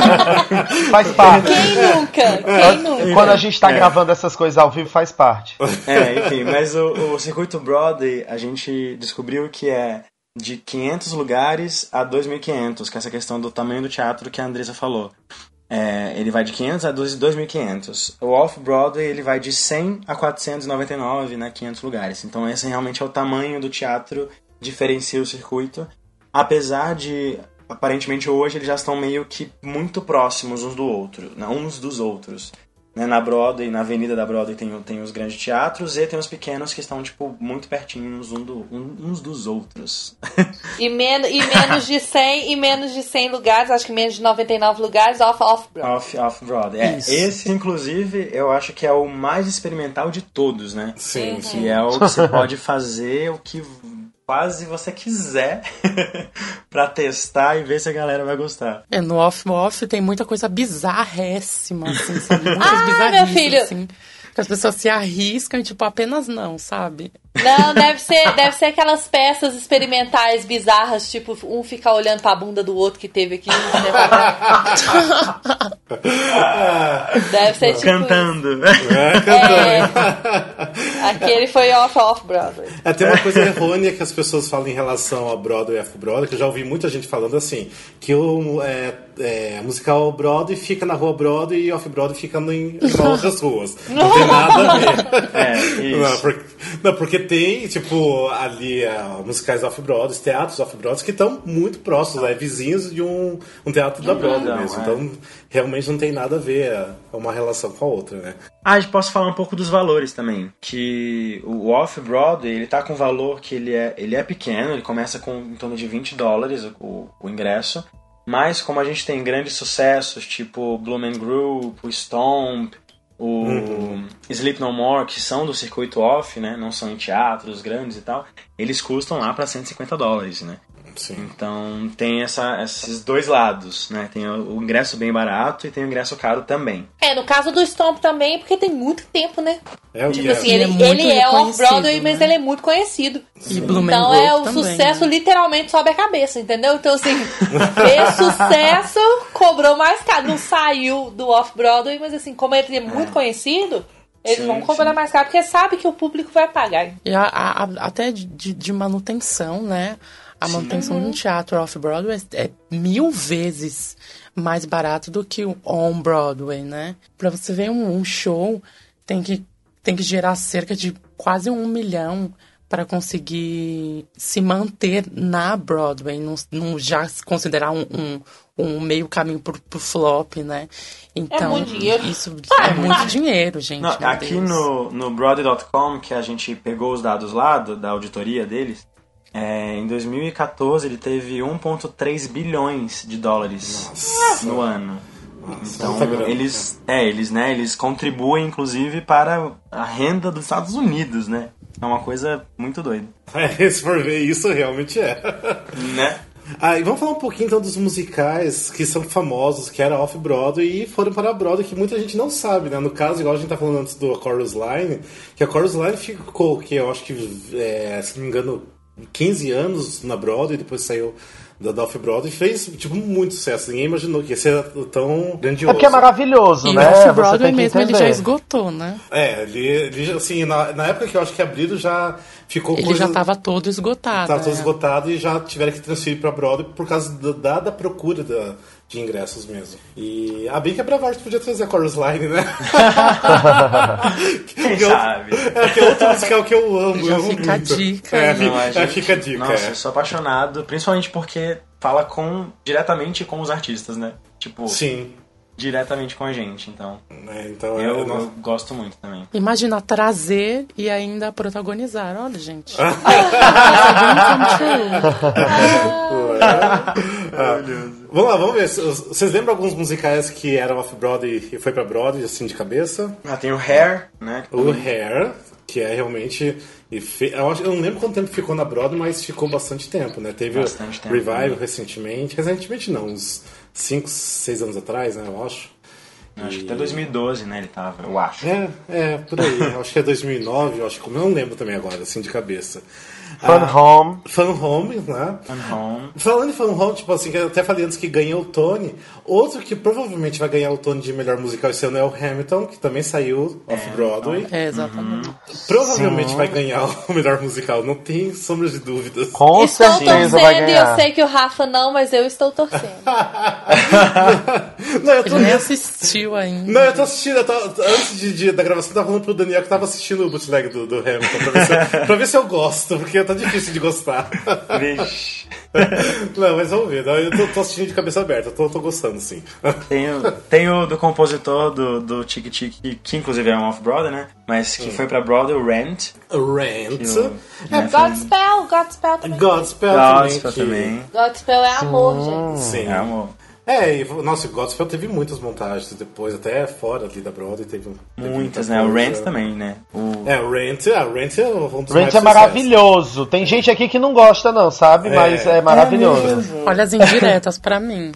E: faz parte.
D: Quem nunca? Quem nunca?
E: Quando a gente tá é. gravando essas coisas ao vivo, faz parte.
G: É, enfim. Mas o, o circuito Broadway, a gente descobriu que é de quinhentos lugares a dois mil e quinhentos, que é essa questão do tamanho do teatro que a Andressa falou. É, ele vai de quinhentos a dois mil e quinhentos. O Off-Broadway ele vai de cem a quatrocentos e noventa e nove, né, quinhentos lugares. Então esse realmente é o tamanho do teatro, diferencia o circuito. Apesar de, aparentemente hoje, eles já estão meio que muito próximos uns do outro, né, uns dos outros. Né, na Broadway, na avenida da Broadway tem, tem os grandes teatros e tem os pequenos que estão tipo, muito pertinhos um do, um, uns dos outros.
D: E, men e menos de cem e menos de cem lugares, acho que menos de noventa e nove lugares off-Broadway.
G: Off, off-Broadway. É, esse, inclusive, eu acho que é o mais experimental de todos, né?
C: Sim.
G: Que uhum. é o que você pode fazer o que quase você quiser pra testar e ver se a galera vai gostar.
F: É, no off-off tem muita coisa bizarréssima, assim, sabe? Muitas
D: ah,
F: bizarrices,
D: meu filho!
F: Assim, que as pessoas se arriscam e, tipo, apenas não, sabe?
D: Não, deve ser, deve ser aquelas peças experimentais bizarras, tipo, um ficar olhando pra bunda do outro que teve aqui. Deve ser tipo
G: cantando.
C: É, cantando.
D: É, aquele foi off-off-Broadway.
C: É, tem uma coisa errônea que as pessoas falam em relação ao Broadway e off-Broadway, que eu já ouvi muita gente falando assim, que o é, é, musical Broadway fica na rua Broadway e off-Broadway fica em, em outras ruas. Não tem nada a ver.
G: É, isso.
C: Não, porque, não, porque tem, tipo, ali uh, musicais off-Broadway, teatros off-Broadway que estão muito próximos, é, vizinhos de um, um teatro da Broadway não, mesmo. É. Então, realmente não tem nada a ver uh, uma relação com a outra, né?
G: Ah, posso falar um pouco dos valores também. Que o off-Broadway, ele tá com um valor que ele é, ele é pequeno, ele começa com em torno de vinte dólares o, o ingresso. Mas como a gente tem grandes sucessos, tipo Bloom and Group, o Stomp, o uhum. Sleep No More, que são do circuito off, né, não são em teatros grandes e tal, eles custam lá para cento e cinquenta dólares, né?
C: Sim.
G: Então tem essa, esses dois lados, né? Tem o, o ingresso bem barato e tem o ingresso caro também.
D: É, no caso do Stomp também, porque tem muito tempo, né?
C: É o
D: tipo
C: que
D: assim,
C: é.
D: ele,
F: ele é,
D: ele é off-Broadway,
F: né?
D: mas ele é muito conhecido.
F: E
D: então é o
F: também,
D: sucesso
F: né?
D: literalmente sobe a cabeça, entendeu? Então assim, fez sucesso, cobrou mais caro. Não saiu do off-Broadway, mas assim, como ele é muito é. conhecido, eles sim, vão cobrar sim. mais caro, porque sabe que o público vai pagar.
F: E a, a, a, até de, de manutenção, né? A manutenção de um teatro off-Broadway é mil vezes mais barato do que o on-Broadway, né? Pra você ver um, um show, tem que, tem que gerar cerca de quase um milhão para conseguir se manter na Broadway, não, não já se considerar um, um, um meio caminho pro, pro flop, né? Então,
D: é muito dinheiro.
F: Isso é muito dinheiro, gente.
G: Não, aqui
F: Deus.
G: no, no Broadway ponto com, que a gente pegou os dados lá do, da auditoria deles, é, em dois mil e catorze ele teve um vírgula três bilhões de dólares Nossa. no ano.
C: Nossa,
G: então eles, é, eles, né, eles contribuem inclusive para a renda dos Estados Unidos, né? É uma coisa muito doida.
C: É, se for ver isso, realmente é.
G: Né?
C: Ah, e vamos falar um pouquinho então dos musicais que são famosos, que eram off-Broadway e foram para a Broadway, que muita gente não sabe, né? No caso, igual a gente tá falando antes do Chorus Line, que a Chorus Line ficou, que eu acho que, é, se não me engano, quinze anos na Broadway, depois saiu da, da off-Broadway e fez, tipo, muito sucesso. Ninguém imaginou que ia ser tão grandioso.
E: É porque é maravilhoso,
F: e
E: né?
F: o
E: Você
F: off-Broadway
E: tem que
F: mesmo
E: entender.
F: ele já esgotou, né?
C: É, ele, ele assim, na, na época que eu acho que abriram já ficou
F: Ele
C: coisa,
F: já estava todo esgotado.
C: Tava todo
F: é.
C: esgotado e já tiveram que transferir pra Broadway por causa da, da procura da, de ingressos mesmo. E a bem que a Bravart podia trazer a Chorus Line, né?
G: Quem
C: que
G: sabe?
C: Eu, é que é outro musical que eu amo.
F: Já
C: eu amo
F: fica a
C: muito.
F: dica.
C: É,
G: Não, a
C: é,
G: gente-
C: fica a dica.
G: Nossa,
C: é.
G: eu sou apaixonado, principalmente porque fala com diretamente com os artistas, né? Tipo,
C: Sim.
G: diretamente com a gente, então.
C: É, então é,
G: Eu,
C: nossa.
G: eu gosto muito também.
F: Imagina trazer e ainda protagonizar. Olha, gente.
C: Vamos lá, vamos ver. Vocês lembram alguns musicais que eram off-Broadway e foi pra Broadway, assim, de cabeça?
G: Ah, tem o Hair, né?
C: O Hair, que é realmente... e fe- Eu, acho, eu não lembro quanto tempo ficou na Broadway, mas ficou bastante tempo, né? Teve
G: Bastante
C: o
G: tempo,
C: Revival
G: né?
C: recentemente. Recentemente não, uns cinco, seis anos atrás, né? Eu acho.
G: Acho que até dois mil e doze, né, ele tava, eu acho.
C: É, é, por aí. Eu acho que é dois mil e nove, eu acho que eu não lembro também agora, assim, de cabeça.
E: Fun Home.
C: Fun Home, né?
G: Fun Home.
C: Falando em Fun Home, tipo assim, que eu até falei antes que ganhou o Tony. Outro que provavelmente vai ganhar o Tony de melhor musical esse ano é o Hamilton, que também saiu off-Broadway.
F: É, exatamente.
C: Provavelmente vai ganhar o melhor musical, não tem sombra de dúvidas.
E: Com
D: Estou
E: certeza vai
D: torcendo e
E: ganhar.
D: eu sei que o Rafa não, mas eu estou torcendo.
C: Não, eu tô,
F: Ele nem assistiu ainda.
C: não, eu tô assistindo, eu tô- antes de, de- da gravação, eu tava falando pro Daniel que tava assistindo o bootleg do, do Hamilton, pra ver, se eu, pra ver se eu gosto, porque tá difícil de gostar.
G: Vixe.
C: Não, mas vamos ver, eu tô, tô assistindo de cabeça aberta, eu tô, tô gostando, sim.
G: Tem o, tem o do compositor do, do Tic Tic, que, que inclusive é um off-Broadway, né? Mas que foi pra Broadway, o Rent.
C: Rent.
G: Que o- né,
D: Godspell, Godspell também.
C: Godspell
G: Gospel
C: também. que-
G: também.
D: Godspell é amor, gente.
C: Sim.
G: É, amor.
C: É, e, nossa, o Godspell teve muitas montagens depois, até fora ali da Broadway teve, teve
G: Muitas,
C: muita
G: né? O
C: coisa.
G: Rent também, né? O...
C: É, o Rent, ah, o Rent é um dos
E: Rent
C: mais
E: é
C: sucessos.
E: maravilhoso. Tem gente aqui que não gosta, não, sabe?
C: É.
E: Mas é maravilhoso.
F: Olha as indiretas pra mim.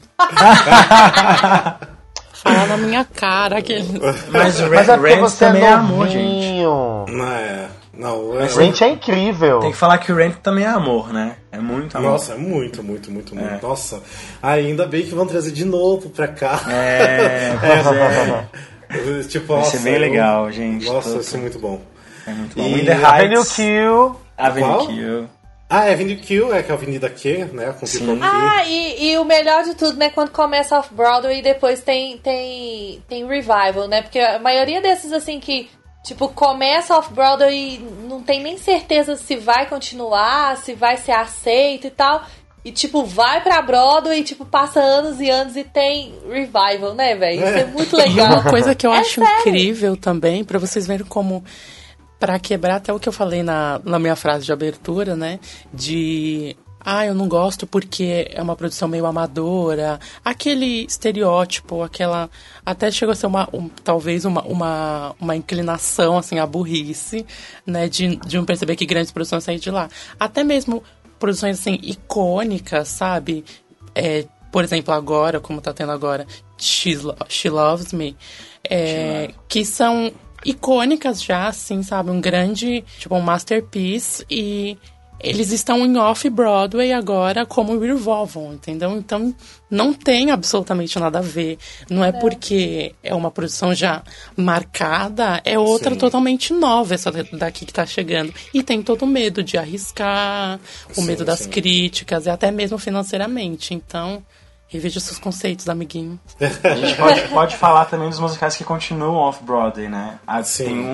F: Fala na minha cara aquele.
G: Mas o
E: Mas
G: Rent,
E: é porque
G: Rent
E: você
G: também
E: é
G: é amor, gente.
E: novinho.
C: Não, é. Não, é.
E: Rent é incrível.
G: Tem que falar que o Rent também é amor, né? É muito amor.
C: Nossa, é muito, muito, muito, muito.
G: É.
C: Nossa, ainda bem que vão trazer de novo pra cá.
G: É, pois é.
C: Tipo,
G: Vai
C: nossa,
G: ser bem
C: eu-
G: legal, gente.
C: Nossa,
G: Tô-
C: vai ser muito bom.
G: É muito bom.
C: E
G: In the
E: Avenue
G: Heights.
E: Q.
G: Avenue
C: Qual?
G: Q.
C: Ah, é Avenue Q, é que é a Avenida Q, né? Com
G: Sim.
C: People Q.
D: Ah, e, e o melhor de tudo, né? Quando começa off-Broadway e depois tem, tem, tem revival, né? Porque a maioria desses, assim, que, tipo, começa off-Broadway e não tem nem certeza se vai continuar, se vai ser aceito e tal. E, tipo, vai pra Broadway e, tipo, passa anos e anos e tem revival, né, velho? Isso é muito
F: E
D: legal.
F: uma coisa que eu
D: É
F: acho
D: sério.
F: incrível também, pra vocês verem como, pra quebrar até o que eu falei na, na minha frase de abertura, né? De, ah, eu não gosto porque é uma produção meio amadora. Aquele estereótipo, aquela... Até chegou a ser uma, um, talvez uma, uma, uma inclinação, assim, à burrice, né? De, de não perceber que grandes produções saem de lá. Até mesmo produções, assim, icônicas, sabe? É, por exemplo, agora, como tá tendo agora, She's Lo- She Loves Me, é, que são icônicas já, assim, sabe? Um grande, tipo, um masterpiece, e eles estão em off-Broadway agora como revolvam, entendeu? Então, não tem absolutamente nada a ver. Não é, porque é uma produção já marcada, é outra
C: Sim.
F: totalmente nova, essa daqui que tá chegando. E tem todo o medo de arriscar, o
C: Sim,
F: medo das
C: sim.
F: críticas, e até mesmo financeiramente. Então, reveja seus conceitos, amiguinho.
G: A gente pode, pode falar também dos musicais que continuam off-Broadway, né? Ah,
C: Sim.
G: tem um,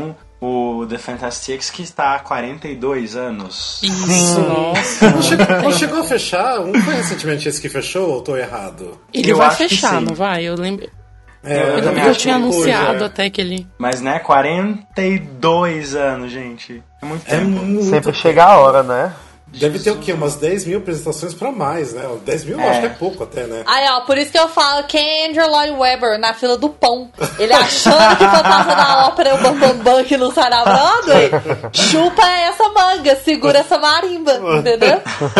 G: o The Fantastics, que está há quarenta e dois anos.
F: Isso, nossa.
C: Não chegou, não chegou a fechar? Um foi recentemente esse que fechou ou tô errado?
F: Ele
G: Eu
F: vai
G: acho que
F: fechar,
G: sim.
F: não vai? Eu lembro.
C: É,
G: Eu
F: Eu,
G: também
F: eu
G: acho
F: tinha
C: que coisa,
F: anunciado
C: é.
F: até que ele.
G: Mas, né, quarenta e dois anos, gente. É muito
C: É
G: tempo.
C: muito
E: Sempre
C: tempo.
E: chega a hora, né?
C: Deve ter o quê? Umas dez mil apresentações pra mais, né? dez mil eu
G: É.
C: acho que é pouco até, né?
D: Aí, ó, por isso que eu falo, quem é Andrew Lloyd Webber na fila do pão? Ele achando que Fantasma da Ópera é o Bam Bam Bam que não sai na Broadway? Chupa essa manga, segura essa marimba, entendeu?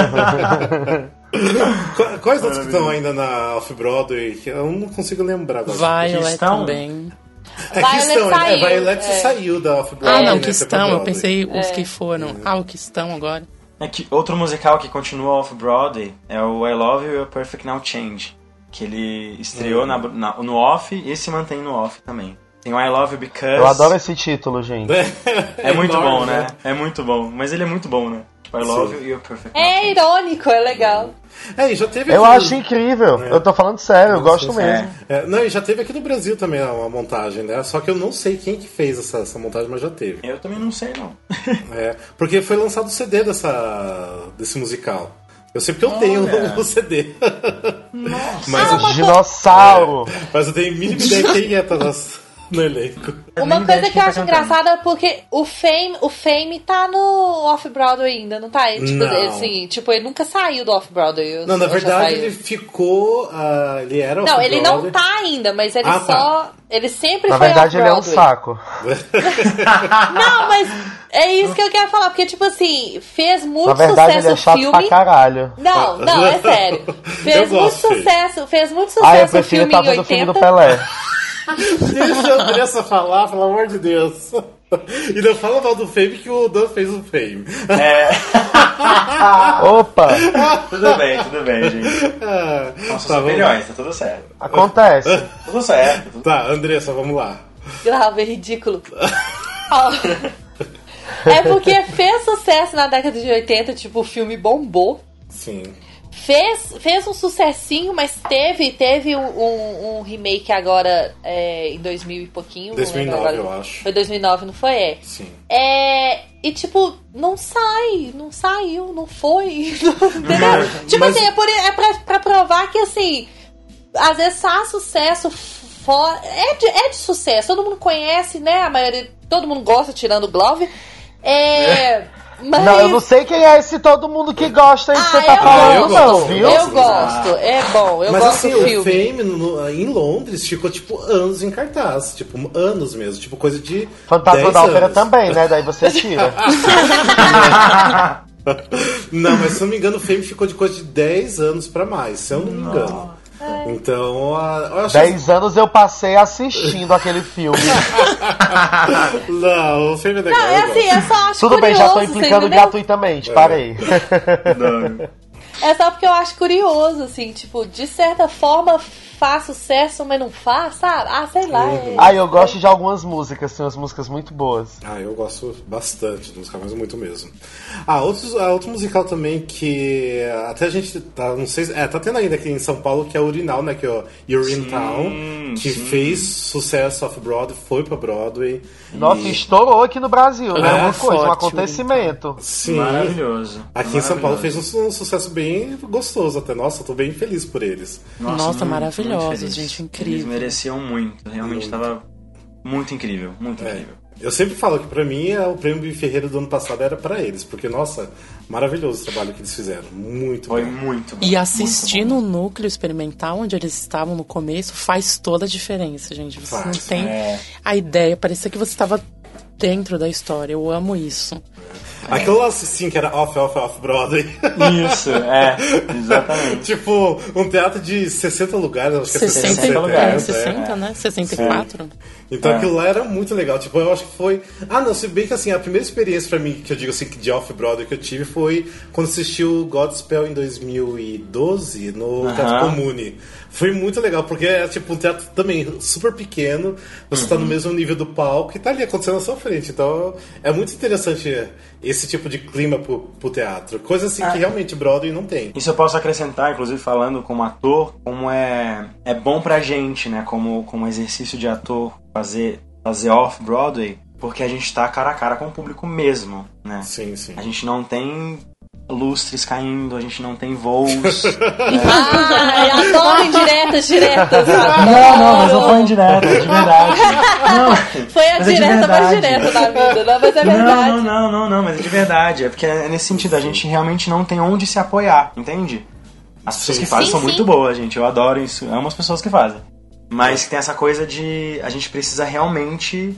C: Qu- Quais outros que estão ainda na Off-Broadway? Que eu não consigo lembrar agora.
F: Violet
G: estão?
F: também.
C: É que
D: Violet
C: estão, é,
D: saiu,
C: Violet
D: é.
C: saiu da Off-Broadway.
F: Ah, não,
C: né?
F: que
C: Foi pra
F: estão. Eu
C: Broadway.
F: pensei os que foram. Ah, o que estão agora.
G: É que outro musical que continua off-Broadway é o I Love You, You're Perfect Now Change. Que ele estreou na, na- no off e se mantém no off também. Tem o I Love You Because...
E: Eu adoro esse título, gente.
G: É muito
C: enorme,
G: bom, né? É muito bom. Mas ele é muito bom, né? Tipo, I Love
C: Sim.
G: You, You're Perfect Now
D: É
G: Change.
D: irônico, é legal.
C: É, e já teve
E: Eu
C: aqui-
E: acho incrível.
C: É.
E: Eu tô falando sério, eu gosto
C: Sim,
E: mesmo.
C: É, não, e já teve aqui no Brasil também uma montagem, né? Só que eu não sei quem que fez essa, essa montagem, mas já teve.
G: Eu também não sei, não.
C: É, porque foi lançado o C D dessa, desse musical. Eu sei porque eu tenho
G: Olha.
C: o C D. Mas,
D: Ah, uma
E: Dinossauro.
C: mas eu tenho mínima ideia quem é tá nas- no elenco.
D: Uma
G: nem
D: coisa
G: ideia
D: que eu
G: quem
D: acho
G: tá cantando.
D: engraçada é porque o Fame, o Fame tá no Off-Broadway ainda, não tá? Tipo,
C: Não.
D: ele, assim, tipo, ele nunca saiu do Off-Broadway.
C: Não, na
D: ou já
C: verdade
D: saiu?
C: ele ficou. ah, ele era
D: Não, ele não
C: off-Broadway.
D: tá ainda, mas ele
C: Ah,
D: só...
C: tá.
D: Ele sempre
E: Na
D: foi
E: verdade, ele é um
D: off-Broadway.
E: saco.
D: Não, mas é isso que eu quero falar, porque, tipo assim, fez muito
E: Na verdade,
D: sucesso
E: ele é
D: o
E: chato
D: filme.
E: pra caralho.
D: Não, não, é sério. Fez
C: Eu
D: muito
C: gosto dele.
D: sucesso, fez muito
E: Ah, eu
D: sucesso o
E: prefiro
D: filme
E: estar
D: em
E: vendo o filme do
D: oitenta.
E: Pelé.
C: Deixa a Andressa falar, pelo amor de Deus. E não fala mal do Fame que o Dan fez o Fame.
G: É,
E: Opa,
G: tudo bem, tudo bem, gente.
C: Ah,
G: Nossas
C: tá, vamos-
G: opiniões, tá tudo certo.
E: acontece.
G: Tudo certo. Tudo...
C: Tá, Andressa, vamos lá.
D: Grave, é ridículo. Ó, é porque fez sucesso na década de oitenta, tipo, o filme bombou.
C: Sim.
D: Fez, fez um sucessinho, mas teve, teve um, um- um remake agora é, em dois mil e pouquinho. não
C: dois mil e
D: lembro
C: nove,
D: agora.
C: eu acho.
D: Foi dois mil e nove, não foi? É.
C: Sim.
D: É, e tipo, não sai, não saiu, não foi. Entendeu? Tipo
C: mas-
D: assim, é, por, é pra, pra provar que assim, às vezes faz sucesso fora. É de, é de sucesso, todo mundo conhece, né? A maioria, todo mundo gosta, tirando o Glove. É. Mas...
E: Não, eu não sei quem é esse todo mundo que gosta aí que
D: Ah,
E: você tá
D: eu
E: falando,
C: gosto,
E: não, viu?
D: Eu gosto, é bom, eu
C: Mas
D: gosto
C: assim,
D: do
C: o
D: filme.
C: Fame no- em Londres ficou tipo anos em cartaz. Tipo, anos mesmo. Tipo, coisa de.
E: Fantasma
C: dez
E: da Ópera
C: anos.
E: também, né? Daí você tira.
C: Não, mas se eu não me engano, o Fame ficou de coisa de dez anos pra mais, se eu não me engano. Então, a- eu acho
E: Dez anos eu passei assistindo aquele filme.
C: Não, o Fame é legal.
D: Não,
C: eu
D: é assim,
C: gosto.
D: eu só acho
E: Tudo
D: curioso,
E: bem, já tô
D: você
E: implicando
D: entendeu?
E: gratuitamente, parei.
D: É só porque eu acho curioso, assim, tipo, de certa forma faz sucesso, mas não faz, sabe? Ah, sei lá. é-
E: Ah, eu gosto de algumas músicas, tem umas músicas muito boas.
C: Ah, eu gosto bastante do musical, mas muito mesmo. Ah, outros, ah, outro musical também que até a gente tá, não sei, se- é, tá tendo ainda aqui em São Paulo, que é o Urinal, né, que é o You're in Town, que
G: sim.
C: fez sucesso off-Broadway, foi pra Broadway.
E: Nossa,
C: e,
E: estourou aqui no Brasil, né?
C: É,
E: Uma coisa, um
F: forte,
E: acontecimento.
C: sim,
G: Maravilhoso.
C: aqui em São Paulo
G: Maravilhoso.
C: fez um, um sucesso bem gostoso até. Nossa, eu tô bem feliz por eles.
F: Nossa,
G: muito,
F: maravilhosos,
G: muito feliz.
F: gente, incrível.
G: Eles mereciam muito, realmente tava muito incrível, muito
C: É.
G: incrível.
C: Eu sempre falo que pra mim é, o prêmio Bibi Ferreira do ano passado era pra eles, porque, nossa, maravilhoso o trabalho que eles fizeram. Muito
G: Foi
C: bom.
G: muito bom.
F: E assistir
G: muito bom.
F: no núcleo experimental, onde eles estavam no começo, faz toda a diferença, gente. Você
C: Faz.
F: não tem
G: É.
F: a ideia, parecia que você estava dentro da história. Eu amo isso.
C: Aquilo lá, sim, que era off, off, off Broadway.
G: Isso, é, exatamente.
C: Tipo, um teatro de sessenta lugares, acho que é
F: sessenta,
C: sessenta,
G: sessenta
C: setenta,
G: lugares,
C: é.
F: sessenta, né? sessenta e quatro.
C: Então
G: É.
C: aquilo lá era muito legal. Tipo, eu acho que foi. Ah, não, se bem que assim, a primeira experiência pra mim, que eu digo assim, de off-Broadway que eu tive foi quando assisti o Godspell em dois mil e doze no
G: Aham.
C: Teatro Comune. Foi muito legal, porque é tipo um teatro também super pequeno, você tá no mesmo nível do palco e tá ali acontecendo na sua frente. Então é muito interessante esse tipo de clima pro, pro teatro. Coisa assim que realmente Broadway não tem.
G: Isso eu posso acrescentar, inclusive falando como ator, como é, é bom pra gente, né, como, como exercício de ator, fazer, fazer off-Broadway, porque a gente tá cara a cara com o público mesmo, né?
C: Sim, sim.
G: A gente não tem lustres caindo, a gente não tem voos.
D: Ai, adoro indiretas, diretas.
G: Não, não, mas não foi indireta, de verdade. Não,
D: Foi a
G: mas é de
D: direta mais
G: verdade.
D: direta da vida, não, mas é
G: Não,
D: verdade.
G: não, não, não, não, mas é de verdade. É porque é nesse sentido, a gente realmente não tem onde se apoiar, entende? As pessoas que fazem
D: Sim,
G: são
D: sim.
G: muito boas, gente. Eu adoro isso, amo as pessoas que fazem. Mas tem essa coisa de a gente precisa realmente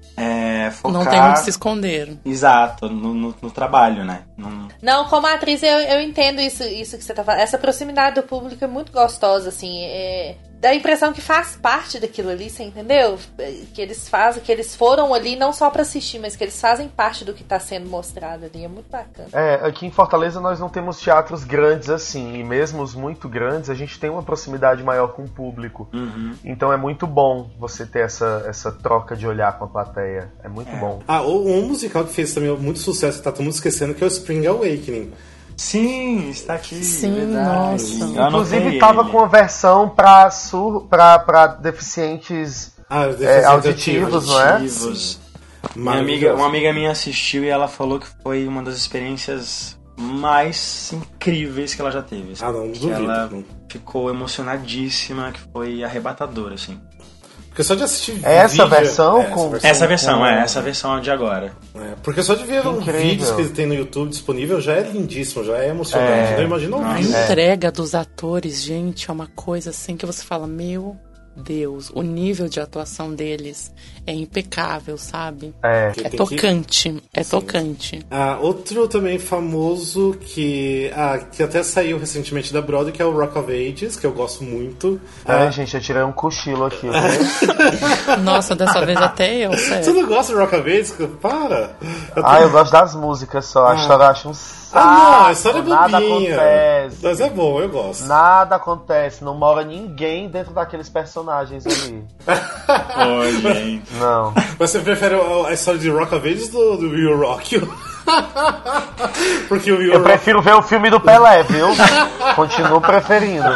G: é, focar...
F: Não tem onde se esconder.
G: Exato, no, no, no trabalho, né? No...
D: Não, como atriz eu, eu entendo isso, isso que você tá falando. Essa proximidade do público é muito gostosa, assim. É... Dá a impressão que faz parte daquilo ali, você entendeu? Que eles fazem, que eles foram ali não só pra assistir, mas que eles fazem parte do que tá sendo mostrado ali. É muito bacana.
E: É, aqui em Fortaleza nós não temos teatros grandes assim, e mesmo os muito grandes, a gente tem uma proximidade maior com o público.
G: Uhum.
E: Então é muito bom você ter essa, essa troca de olhar com a plateia. É muito
G: É.
E: bom.
C: Ah, um musical que fez também muito sucesso, que tá todo mundo esquecendo, que é o Spring Awakening.
G: Sim, está aqui.
F: Sim,
G: verdade.
F: nossa.
G: Eu anotei
E: Inclusive tava
G: ele.
E: com uma versão pra, sur, pra, pra deficientes
C: Ah, os
E: é,
C: deficientes
E: auditivos, não é?
G: Auditivos. Minha amiga, uma amiga minha assistiu e ela falou que foi uma das experiências mais incríveis que ela já teve. assim.
C: Ah, não, não
G: Que
C: duvido.
G: ela
C: não.
G: ficou emocionadíssima, que foi arrebatadora, assim.
C: Porque só de assistir
E: Essa
C: vídeo-
E: versão
C: é,
E: com-
G: Essa versão,
E: com-
G: é, essa versão de agora.
C: É, porque só de ver os
E: Incrível.
C: vídeos que ele tem no YouTube disponível já é lindíssimo, já é emocionante.
E: É.
C: Não imagina
F: A
C: ouvir.
F: entrega dos atores, gente, é uma coisa assim que você fala, meu Deus, o nível de atuação deles é impecável, sabe?
E: É.
C: Que
F: É
C: tem que-
F: tocante, é tocante.
C: Ah, outro também famoso que, ah, que até saiu recentemente da Broadway, que é o Rock of Ages, que eu gosto muito.
E: Ai,
C: Ah,
E: gente, eu tirei um cochilo aqui. Viu?
F: Nossa, dessa vez até eu,
C: você
F: sério.
C: não gosta do Rock of Ages? Para!
E: Ah, eu gosto das músicas só. A história eu acho um saco.
C: Ah, não, a história é
E: Nada
C: bobinha.
E: acontece.
C: Mas é bom, eu gosto.
E: Nada acontece. Não mora ninguém dentro daqueles personagens ali.
G: Oi, gente.
E: Não.
C: Mas você prefere a a história de Rock of Ages do, do Will Rock? Porque o Will
E: Eu
C: Rock...
E: prefiro ver o filme do Pelé, viu? Continuo preferindo.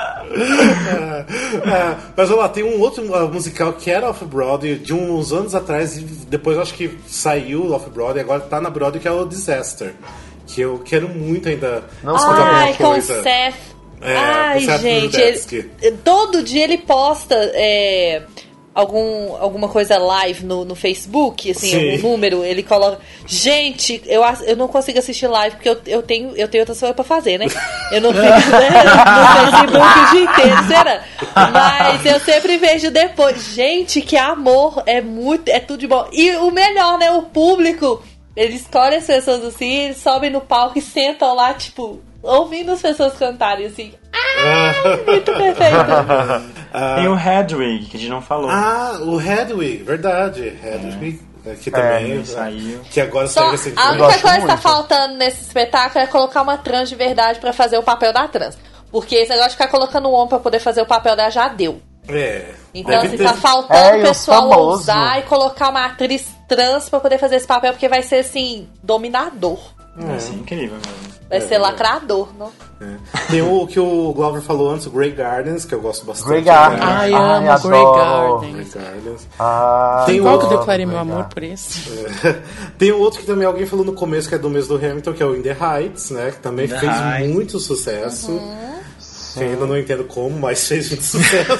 C: É, mas olha lá, tem um outro uh, musical que era off-Broadway de uns anos atrás e depois eu acho que saiu off-Broadway e agora tá na Broadway, que é o Disaster. Que eu quero muito ainda
E: Não
C: escutar
D: Ai,
C: alguma
D: com o
C: coisa.
D: Seth.
C: É,
D: Ai,
C: com o Seth
D: gente.
C: Rudetsky.
D: ele- todo dia ele posta é, algum, alguma coisa live no, no Facebook, assim,
C: Sim.
D: algum número. Ele coloca. Gente, eu, ass- eu não consigo assistir live porque eu, eu, tenho, eu tenho outras coisas pra fazer, né? Eu não fico né, no Facebook o dia inteiro, será? Mas eu sempre vejo depois. Gente, que amor! É muito. É tudo de bom. E o melhor, né? O público. Ele escolhe as pessoas assim, eles sobem no palco e sentam lá, tipo, ouvindo as pessoas cantarem assim. Ah, muito perfeito.
G: Tem o Hedwig, que a gente não falou.
C: Ah, o Hedwig, verdade. Hedwig, é. que também.
G: ele saiu.
C: Que agora
D: Só,
C: saiu
D: a
C: recentemente.
D: única
E: gosto
D: coisa que tá
E: muito.
D: faltando nesse espetáculo é colocar uma trans de verdade pra fazer o papel da trans. Porque esse negócio de ficar colocando um homem pra poder fazer o papel dela já deu.
C: É.
D: Então,
C: Deve
D: assim,
C: ter-
D: tá faltando
E: É,
D: o
E: e o
D: pessoal
E: famoso.
D: usar e colocar uma atriz trans pra poder fazer esse papel, porque vai ser, assim, dominador.
G: Vai ser incrível mesmo.
D: Vai ser lacrador, não?
C: Tem o que o Glover falou antes, o Grey Gardens, que eu gosto bastante.
E: Grey Gardens.
C: né?
F: Ai,
E: Ai,
F: amo
E: adoro.
F: Grey
C: Grey
F: Gardens.
C: Gardens.
E: Ah,
C: Tem
F: Qual que eu
E: adoro
F: declarei meu
E: Grey
F: amor
E: Gardens.
F: por esse?
C: Tem um outro que também alguém falou no começo, que é do mês do Hamilton, que é o In the Heights, né? Que também
G: The
C: fez
G: Heights.
C: muito sucesso. Que ainda não entendo como, mas fez muito sucesso.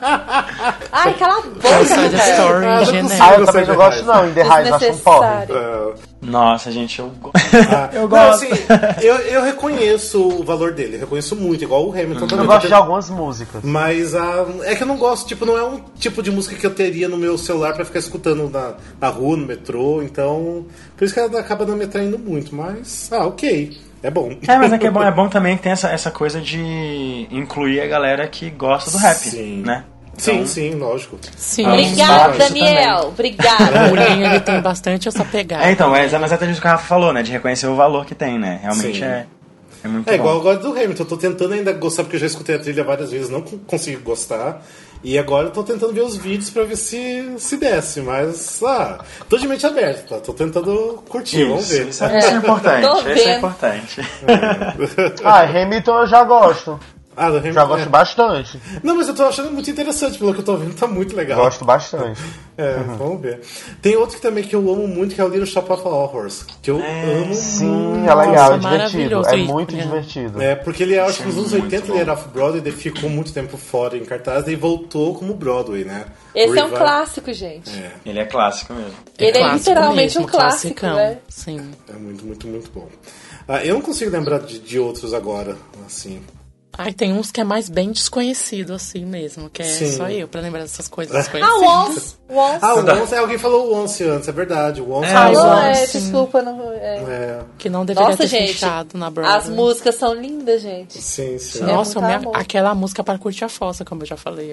D: Ai, cala a
F: Side
D: boca, cara.
F: Story,
C: Ah, não
F: genérico.
C: consigo.
E: Ah, eu
C: Gostei
E: também
C: de
E: não gosto
C: Heights.
E: não. In the Heights acho um pobre.
D: Desnecessário.
C: É,
G: Nossa, gente, eu gosto. eu
C: não,
G: gosto.
C: assim, eu, eu reconheço o valor dele, eu reconheço muito, igual o Hamilton
E: Eu
C: também.
E: gosto de
C: Tô tendo-
E: algumas músicas.
C: Mas ah, é que eu não gosto, tipo, não é um tipo de música que eu teria no meu celular pra ficar escutando na, na rua, no metrô, então. Por isso que ela acaba não me atraindo muito, mas. Ah, ok. É bom.
G: É, mas é que é bom, é bom também que tem essa, essa coisa de incluir a galera que gosta do rap,
C: Sim.
G: né?
C: Sim,
G: Então,
C: sim, lógico.
F: Sim,
D: Obrigada,
G: isso
D: Daniel.
F: o
D: Obrigada.
F: Mulinho, ele tem bastante essa pegada.
G: É, então, é exatamente isso que o Rafa falou, né? De reconhecer o valor que tem, né? Realmente
C: Sim.
G: é, é muito
C: É
G: bom.
C: igual agora do Hamilton, eu tô tentando ainda gostar, porque eu já escutei a trilha várias vezes, não con- consigo gostar. E agora eu tô tentando ver os vídeos pra ver se, se desce, mas. Ah, tô de mente aberta, tá? Tô tentando curtir, vamos ver.
G: Isso, isso é, isso é importante.
D: Tô
G: Isso é
D: vendo.
G: importante.
E: Ah, Hamilton eu já gosto.
C: Ah, do Hamilton.
E: Já gosto
C: é.
E: bastante.
C: Não, mas eu tô achando muito interessante, pelo que eu tô vendo, tá muito legal.
E: Gosto bastante.
C: É,
E: Uhum.
C: vamos ver. Tem outro que também que eu amo muito, que é o Little Shop of Horrors. Que eu amo
E: Sim,
C: muito.
E: é legal,
F: Nossa,
E: é divertido.
F: maravilhoso
E: É
F: isso,
E: muito
F: né?
E: divertido.
C: É, porque ele, acho que nos
G: é
C: anos
G: muito
C: oitenta
G: bom.
C: ele era off-Broadway, ele ficou muito tempo fora em cartaz, e voltou como Broadway, né?
D: Esse é um
C: Revival-
D: clássico, gente.
C: É,
G: Ele é clássico mesmo.
D: Ele é
F: Clássico
D: literalmente
F: mesmo,
D: um clássico,
F: classicão.
D: né?
F: Sim.
C: é muito, muito, muito bom. Ah, eu não consigo lembrar de, de outros agora, assim.
F: Ai, tem uns que é mais bem desconhecido, assim mesmo, que é
C: Sim.
F: só eu pra lembrar dessas coisas
D: Ah,
F: desconhecidas.
D: o Once.
C: Ah, o Once, é, alguém falou o Once antes, é verdade. O Once
G: É,
C: é,
G: o
D: Falou,
F: Once,
D: é,
F: sim.
D: desculpa, não. É.
C: é,
F: Que não deveria
D: Nossa,
F: ter
D: gente,
F: fechado na Broadway.
D: As músicas são lindas, gente.
C: sim, sim.
D: É
F: Nossa,
D: muito
F: minha-
D: amor.
F: aquela música para curtir a fossa, como eu já falei.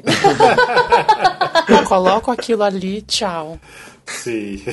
F: Eu coloco aquilo ali, tchau.
C: Sim.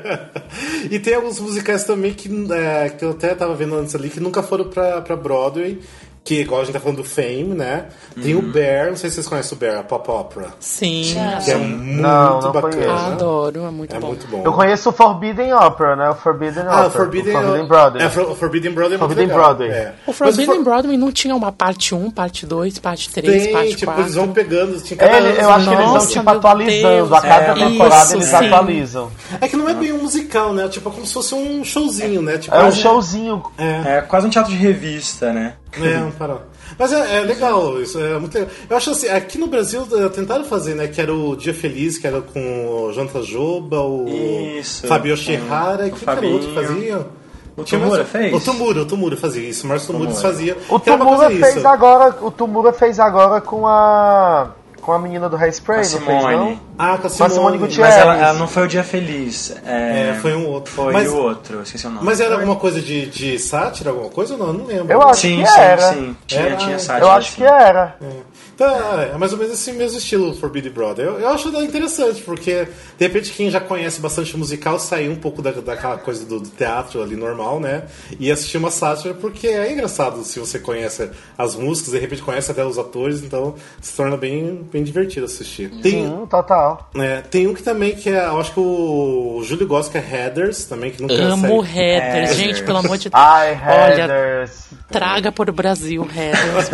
C: E tem alguns musicais também que, é, que eu até tava vendo antes ali, que nunca foram pra, pra Broadway. Que, igual a gente tá falando do Fame, né? Tem o Bear, não sei se vocês conhecem o Bear, a pop opera.
F: Sim,
C: Que é muito
E: Não, não
C: bacana.
E: conheço.
F: adoro, é muito
C: É
F: bom.
C: muito bom.
E: Eu conheço o Forbidden Opera, né? O Forbidden
C: Ah,
E: Opera.
C: o Forbidden,
E: o Forbidden Broadway.
C: É, o Forbidden Broadway é muito
E: Forbidden
C: legal.
E: Broadway.
C: É.
F: O
C: Mas
F: Forbidden
C: For-
F: Broadway não tinha uma parte um, parte dois, parte três,
C: Tem,
F: parte
C: tipo,
F: quatro.
C: eles vão pegando, tinha cada
E: É, ele- eu acho que eles vão
F: Nossa,
E: tipo
F: meu
E: atualizando.
F: Deus.
E: A cada
G: É,
E: temporada
F: isso,
E: eles
F: sim.
E: atualizam.
C: É que não é bem um musical, né? Tipo, é como se fosse um showzinho, né? Tipo,
E: É um
C: quase-
E: showzinho.
G: É quase um teatro de revista, né?
C: É, um farol. Mas é, é legal isso, é muito legal. Eu acho assim, aqui no Brasil eh, tentaram fazer, né? Que era o Dia Feliz, que era com o Jonathan Joba, o
G: Isso,
C: Fabio
G: é,
C: Shihara,
G: o
C: e que era o outro que
G: Fabinho.
C: fazia?
G: O
C: Tinha
G: Tumura
C: mais-
G: fez?
C: O Tumura, o Tumura fazia isso, o Márcio Tumura fazia.
E: O
C: que era pra
E: Tumura
C: fazer
E: fez
C: isso.
E: agora. O Tumura fez agora com a. Com a menina do Hairspray,
G: A
E: não fez
G: Simone.
E: não?
C: Ah, com a
E: Com a Simone
C: Simone.
E: Gutierrez.
G: Mas ela, ela não foi o Dia Feliz. É,
C: É, foi um outro.
G: Foi
C: Mas-
G: o outro, eu esqueci o nome.
C: Mas era alguma coisa de, de sátira, alguma coisa ou não? Eu não lembro.
E: Eu acho
G: Sim,
E: que
G: sim,
E: era.
G: sim. Tinha,
C: Era-
G: tinha sátira,
E: Eu acho
G: sim.
E: que era.
C: Então, é mais ou menos esse mesmo estilo Forbidden Broadway. Eu, eu acho interessante, porque de repente quem já conhece bastante musical sair um pouco da, daquela coisa do, do teatro ali normal, né? E assistir uma sátira, porque é engraçado se você conhece as músicas, de repente conhece até os atores, então se torna bem, bem divertido assistir. Tem,
E: Sim, total.
C: é, tem um que também que é, eu acho que o Júlio gosta, que é Heathers, também, que nunca
F: Amo
C: sai.
F: Heathers,
G: Heathers.
F: gente, pelo amor de Deus.
E: Ai,
F: Olha,
E: Heathers.
F: traga para o Brasil, Heathers.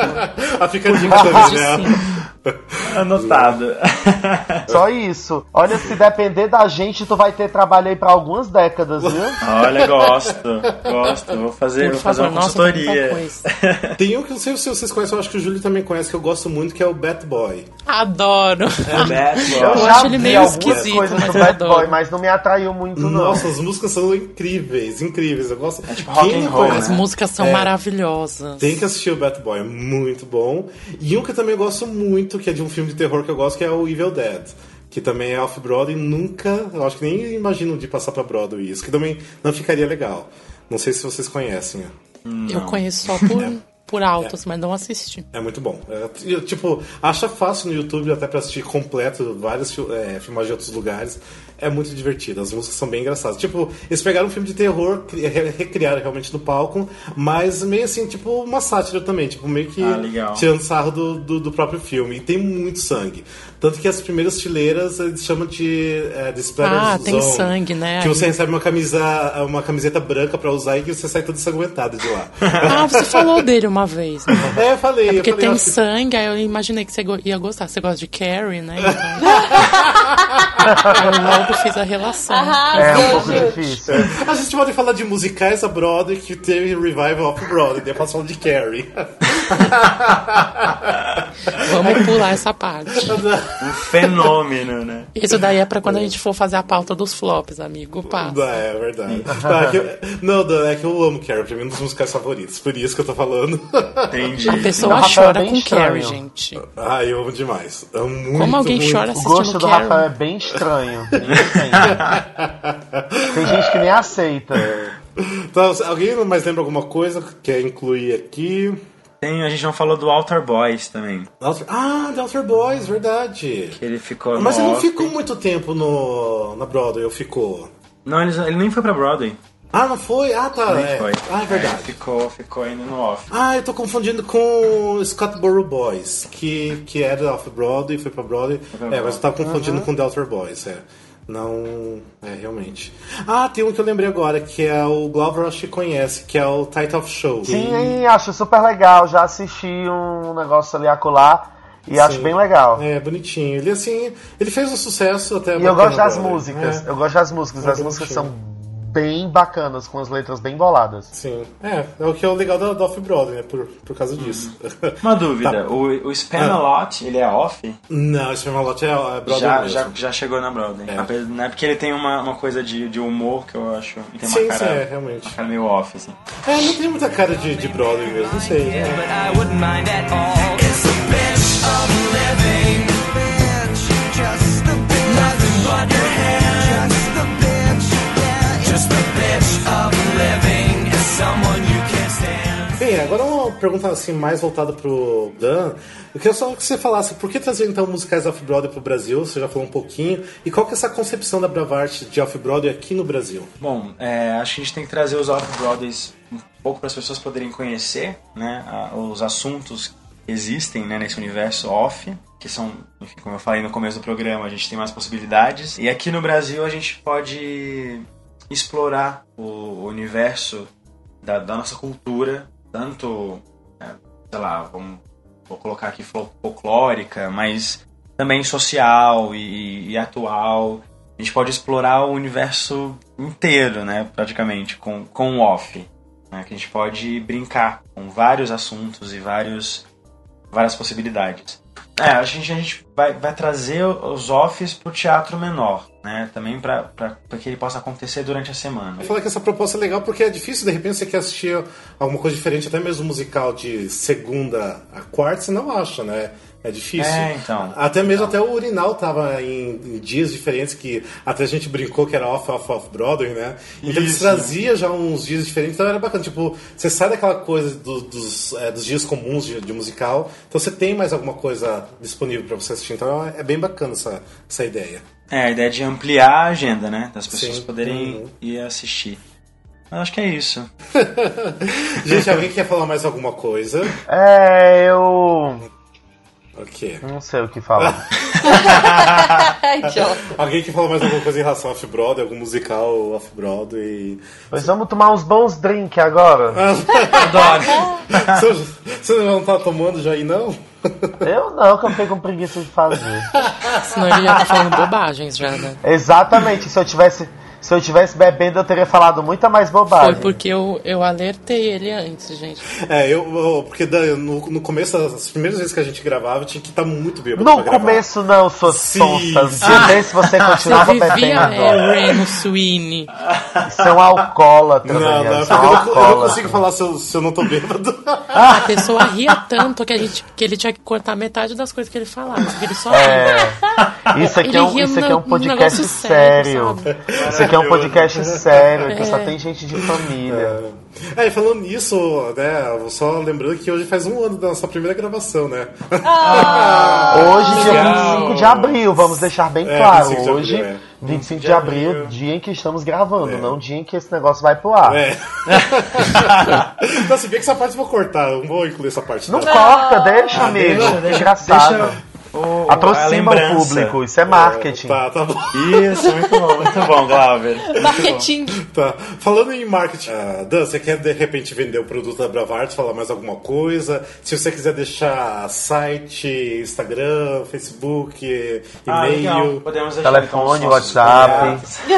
C: Ah, fica a dica também, né?
F: Sim.
G: Anotado.
E: Só isso. Olha, se depender da gente, tu vai ter trabalho aí pra algumas décadas, viu?
G: Olha, gosto. Gosto. Vou fazer,
F: Por
G: vou fazer
F: favor,
G: uma
F: nossa,
G: consultoria.
F: tanta coisa.
C: Tem um que eu não sei se vocês conhecem, eu acho que o Júlio também conhece, que eu gosto muito, que é o Bat Boy.
F: Adoro.
G: Bad
E: Eu
G: Boy.
F: Eu
E: já
F: acho ele
E: vi
F: meio
E: algumas
F: esquisito,
E: coisas
F: mas
E: do
F: eu
E: Bad
F: adoro.
E: Boy, mas não me atraiu muito, não.
C: Nossa, as músicas são incríveis, incríveis. Eu gosto.
G: tipo rock
C: Quem
G: and
C: não
G: roll,
C: conhece,
F: As músicas são
C: É.
F: maravilhosas.
C: tem que assistir o Bat Boy, é muito bom. E um que eu também gosto muito, que é de um filme de terror que eu gosto, que é o Evil Dead. Que também é off-Broadway, nunca, eu acho que nem imagino de passar pra Broadway isso, que também não ficaria legal. Não sei se vocês conhecem.
F: Eu conheço só por, por altos, mas não assisti.
C: É muito bom. É, eu, tipo, acha fácil no YouTube até pra assistir completo vários fi- é, filmagens de outros lugares. É muito divertido. As músicas são bem engraçadas. Tipo, eles pegaram um filme de terror, cri- re- recriaram realmente no palco, mas meio assim, tipo, uma sátira também. Tipo, meio que
G: Ah, legal.
C: tirando sarro do, do, do próprio filme. E tem muito sangue. Tanto que as primeiras fileiras eles chamam de é, de splatter
F: Ah, tem
C: zone,
F: sangue, né?
C: Que você recebe uma camisa, uma camiseta branca pra usar e que você sai todo ensanguentado de lá.
F: Ah, você falou dele uma vez, né?
C: É, eu falei.
F: É porque
C: eu falei,
F: tem
C: acho que-
F: sangue, aí eu imaginei que você go- ia gostar. Você gosta de Carrie, né? Então, eu logo fiz a relação.
E: É um pouco
D: Júlio.
E: difícil.
C: A gente pode falar de musicais a Broadway que teve revival off-Broadway, daí eu posso falar de Carrie.
F: Vamos pular essa parte.
G: Um fenômeno, né?
F: Isso daí é pra quando a gente for fazer a pauta dos flops, amigo. Passa.
C: É, é verdade. Ah, que eu- não, Dan, é que eu amo Carrie, pra mim é um dos musicais favoritos, por isso que eu tô falando.
G: Entendi.
F: A pessoa
E: O Rafael é
F: chora
E: bem
F: com
E: estranho.
F: Carrie, gente.
C: Ah, eu amo demais. Amo muito,
F: Como alguém
C: muito.
F: chora
E: O
F: assistindo
E: gosto do
F: Carrie?
E: Rafael é bem estranho. Bem estranho. Tem gente que nem aceita.
C: Então, alguém mais lembra alguma coisa que quer incluir aqui?
G: Tem, a gente não falou do Altar Boys também.
C: Alter- Ah, The Alter Boys, verdade.
G: Que ele ficou
C: Mas
G: no
C: ele não
G: off.
C: ficou muito tempo no, na Broadway, ou ficou?
G: Não, ele, ele nem foi pra Broadway.
C: Ah, não foi? Ah, tá.
G: Nem
C: é.
G: foi.
C: Ah, é verdade.
G: Aí ficou, ficou indo no off.
C: Ah, eu tô confundindo com o Scottsboro Boys, que, que era off-Broadway, foi pra Broadway.
G: pra
C: É, mas eu tava
G: Broadway.
C: confundindo com The Alter Boys, é. Não, é, realmente. Ah, tem um que eu lembrei agora, que é o Glover, acho que conhece, que é o Title of Show.
E: Sim, acho super legal. Já assisti um negócio ali acolá e Sim. acho bem legal.
C: É, bonitinho. Ele, assim, ele fez um sucesso até...
E: E eu gosto das agora. músicas. É. Eu gosto das músicas. É As músicas são bem bacanas, com as letras bem boladas.
C: Sim. É, é o que é o legal do, do Off-Broadway, né? Por, por causa disso.
G: Uma dúvida. Tá. O, o Spamalot, ah. ele é off?
C: Não, o Spamalot é, é Broadway
G: já,
C: mesmo.
G: Já, já chegou na Broadway. É. Não é porque ele tem uma, uma coisa de, de humor que eu acho... Tem uma
C: sim,
G: cara,
C: sim, é, realmente.
G: Uma cara meio off, assim.
C: É, não tem muita cara de, de Broadway mesmo, não sei. Né? Bem, agora uma pergunta assim, mais voltada pro Dan. Eu queria só que você falasse por que trazer então musicais off-Broadway pro Brasil, você já falou um pouquinho, e qual que é essa concepção da Bravart de off-Broadway aqui no Brasil?
G: Bom, é, acho que a gente tem que trazer os off-Broadways um pouco para as pessoas poderem conhecer, né, os assuntos que existem, né, nesse universo off, que são, enfim, como eu falei no começo do programa, a gente tem mais possibilidades, e aqui no Brasil a gente pode explorar o universo da, da nossa cultura, tanto, é, sei lá, vamos, vou colocar aqui folclórica, mas também social e, e atual. A gente pode explorar o universo inteiro, né, praticamente, com, com o off. Né, que a gente pode brincar com vários assuntos e vários, várias possibilidades. É, a gente, a gente vai, vai trazer os offs pro teatro menor, né? Também para que ele possa acontecer durante a semana.
C: Eu falo que essa proposta é legal porque é difícil, de repente, você quer assistir alguma coisa diferente, até mesmo musical de segunda a quarta, você não acha, né? É difícil.
G: É, então.
C: Até mesmo
G: então.
C: até o Urinal tava em, em dias diferentes, que até a gente brincou que era off, off, off Broadway, né? Então eles traziam já uns dias diferentes, então era bacana. Tipo, você sai daquela coisa do, dos, é, dos dias comuns de, de musical, então você tem mais alguma coisa disponível para você assistir. Então é bem bacana essa, essa ideia.
G: É, a ideia de ampliar a agenda, né? Das pessoas
C: Sim.
G: poderem
C: uhum.
G: ir assistir. Mas acho que é isso.
C: Gente, alguém quer falar mais alguma coisa?
E: É, eu...
C: O quê?
E: Não sei o que falar.
C: Alguém que fala mais alguma coisa em relação ao Off-Broadway, algum musical Off-Broadway?
E: Pois vamos tomar uns bons drinks agora.
G: Adoro.
C: Você, você não tá tomando já aí, não?
E: Eu não, que eu fiquei com preguiça de fazer.
F: Senão ele já tá falando bobagens já, né?
E: Exatamente, se eu tivesse... Se eu estivesse bebendo, eu teria falado muita mais bobagem.
F: Foi porque eu, eu alertei ele antes, gente.
C: É, eu, eu porque no, no começo, as primeiras vezes que a gente gravava, eu tinha que estar muito bêbado.
E: No começo não, suas sonsas. Um dia ah, desse você continuava
F: você vivia
E: bebendo.
F: É, Reno Sweeney.
E: Isso é um alcoólatra,
C: não,
E: Daniel.
C: não,
E: Isso é um
C: eu,
E: alcoólatra.
C: eu não consigo falar se eu, se eu não tô bêbado.
F: A pessoa ria tanto que, a gente, que ele tinha que cortar metade das coisas que ele falava. Porque ele só ria.
E: É. Isso aqui, é um, isso aqui é um podcast sério. sério isso aqui é um podcast sério. Sério, é. Que só tem gente de família.
C: É, e falando nisso, né, só lembrando que hoje faz um ano da nossa primeira gravação, né?
E: Ah, hoje, dia vinte e cinco de abril, vamos deixar bem
C: é,
E: claro.
C: vinte e cinco de
E: hoje,
C: abril, é.
E: vinte e cinco de abril, dia em que estamos gravando, é. Não dia em que esse negócio vai pro ar.
C: É. Então, se bem que essa parte eu vou cortar, eu não vou incluir essa parte.
E: Não,
C: não.
E: corta, deixa, ah, amigo. Deixa, deixa, engraçado. Deixa...
G: O,
E: Aproxima o público, isso é marketing.
C: É, tá, tá bom.
G: Isso, muito bom, muito bom, Glauber.
D: Marketing.
C: Tá. Falando em marketing, uh, Dan, você quer de repente vender o produto da Bravart, falar mais alguma coisa? Se você quiser deixar site, Instagram, Facebook, e-mail,
G: ah, podemos deixar
E: telefone, WhatsApp.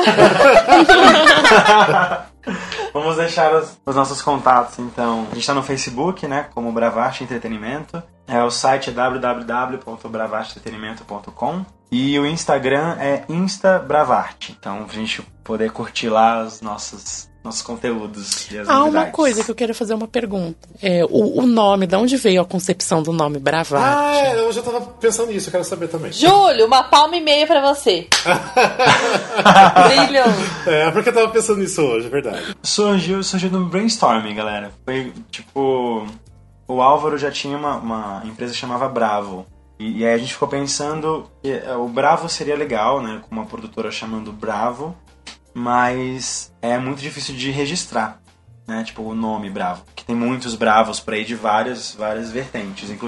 G: Vamos deixar os, os nossos contatos, então. A gente está no Facebook, né, como Bravart Entretenimento. É, o site é w w w ponto bravart entretenimento ponto com e o Instagram é instabravart. Então, pra gente poder curtir lá os nossos, nossos conteúdos e as
F: Ah,
G: novidades.
F: uma coisa que eu quero fazer uma pergunta. É, o, o nome, de onde veio a concepção do nome Bravart?
C: Ah, eu já tava pensando nisso, eu quero saber também.
D: Júlio, uma palma e meia pra você. Brilhão.
C: É, porque eu tava pensando nisso hoje, é verdade.
G: Surgiu, surgiu no brainstorming, galera. Foi, tipo... O Álvaro já tinha uma, uma empresa que chamava Bravo. E, e aí a gente ficou pensando que uh, o Bravo seria legal, né? Com uma produtora chamando Bravo. Mas é muito difícil de registrar, né? Tipo, o nome Bravo. Que tem muitos Bravos por aí de várias, várias vertentes, inclusive.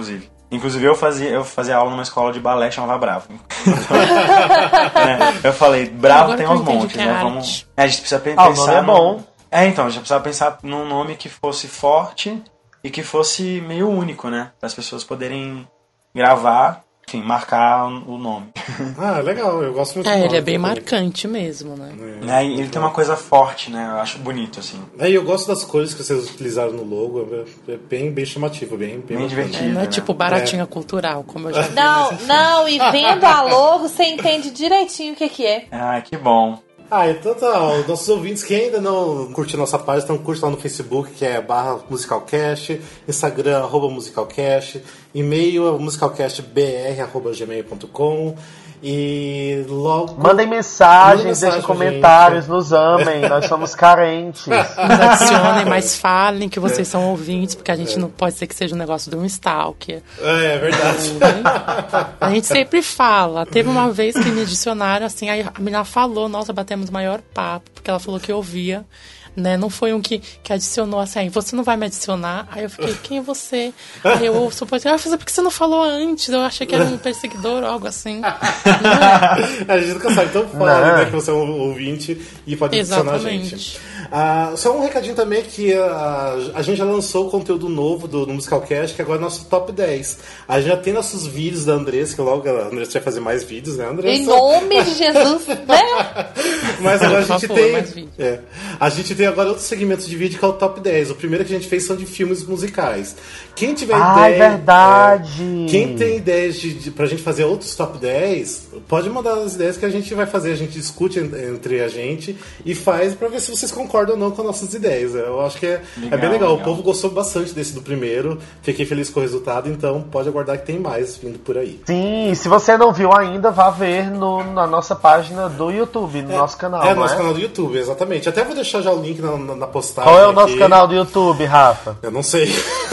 G: Inclusive eu fazia, eu fazia aula numa escola de balé chamava Bravo. Então, né, eu falei, Bravo
F: Agora
G: tem
F: que eu
G: aos
F: entendi
G: montes,
F: que é
G: né?
F: arte.
G: Vamos, a gente precisa pe-
E: Ah, o
G: pensar.
E: nome é
G: no-
E: bom.
G: É, então, a gente precisava pensar num nome que fosse forte e que fosse meio único, né? Para as pessoas poderem gravar, enfim, marcar o nome.
C: Ah, legal, eu gosto muito
F: É,
C: do
F: ele
C: nome
F: é bem
C: também.
F: marcante mesmo, né?
G: Né, e ele tem uma coisa forte, né? Eu acho bonito, assim.
C: É, e eu gosto das cores que vocês utilizaram no logo, é é bem, bem chamativo, bem, bem,
G: Bem
C: bacana.
G: divertido.
F: É, não é
G: né?
F: tipo baratinha cultural, como eu já vi.
D: Não,
F: mas enfim.
D: não, e vendo a logo, você entende direitinho o que que é.
G: Ah, que bom.
C: Ah, então tá, ó, os nossos ouvintes que ainda não curtem nossa página, então curte lá no Facebook, que é barra musicalcast, Instagram, arroba musicalcast, e-mail é musicalcastbr, arroba gmail ponto com, e logo...
E: Mandem
C: Mandem
E: mensagens,
C: mensagem
E: deixem
C: pra
E: comentários,
C: gente.
E: nos amem, nós somos carentes.
F: Nos adicionem, mas falem que vocês são ouvintes, porque a gente não pode ser que seja um negócio de um stalker.
C: É, é verdade.
F: A gente sempre fala. Teve uma vez que me adicionaram, assim, aí a menina falou, nossa, batemos o maior papo, porque ela falou que ouvia, né? Não foi um que, que adicionou assim, aí, você não vai me adicionar? Aí eu fiquei, quem é você? Aí eu suponho, ah, por que você não falou antes? Eu achei que era um perseguidor ou algo assim.
C: A gente nunca sabe, então fala,
E: Não.
C: né, que você é um ouvinte e pode adicionar a
F: Exatamente.
C: gente. Ah, só um recadinho também que ah, a gente já lançou conteúdo novo do, no Musicalcast, que agora é nosso top dez. A gente já tem nossos vídeos da Andressa, que logo a Andressa vai fazer mais vídeos, né, Andressa?
D: Em nome de Jesus, né?
C: Mas agora a
F: Por
C: gente
F: favor, mais
C: tem.
F: vídeo.
C: É, a gente tem agora outro segmento de vídeo que é o top dez. O primeiro que a gente fez são de filmes musicais. Quem tiver
E: Ah, é
C: ideia.
E: verdade.
C: é, quem tem ideias de, de, pra gente fazer outros top dez, pode mandar as ideias que a gente vai fazer. A gente discute en- entre a gente e faz pra ver se vocês concordam ou não com nossas ideias. Eu acho que é,
G: Legal,
C: é bem legal.
G: legal.
C: O povo gostou bastante desse do primeiro. Fiquei feliz com o resultado, então pode aguardar que tem mais vindo por aí.
E: Sim, se você não viu ainda, vá ver no, na nossa página do YouTube, no nosso canal,
C: É,
E: não
C: nosso
E: é?
C: canal do YouTube, exatamente. Até vou deixar já o link na, na, na postagem.
E: Qual é o nosso
C: aqui.
E: canal do YouTube, Rafa?
C: Eu não sei.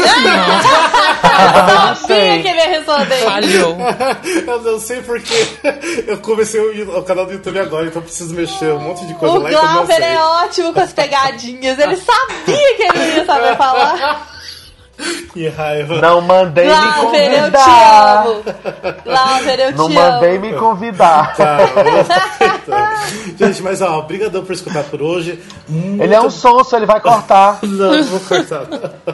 D: Eu
E: sei.
D: sabia que ele ia responder.
F: Falhou.
C: Eu não sei porque eu comecei o, o canal do YouTube agora, então eu preciso mexer um monte de coisa
D: O
C: lá então eu não
D: Glauber
C: sei.
D: é ótimo com as pegadinhas. Ele sabia que ele não ia saber falar.
C: Que raiva.
E: Não mandei me
D: Glauber, eu te
E: convidar.
D: amo. Glauber, eu
E: Não
D: te
E: mandei
D: amo.
E: me convidar.
C: Tá, vamos então. Gente, mas ó, obrigadão por escutar por hoje. Muito...
E: Ele é um sonso, ele vai cortar.
C: Não, não vou cortar.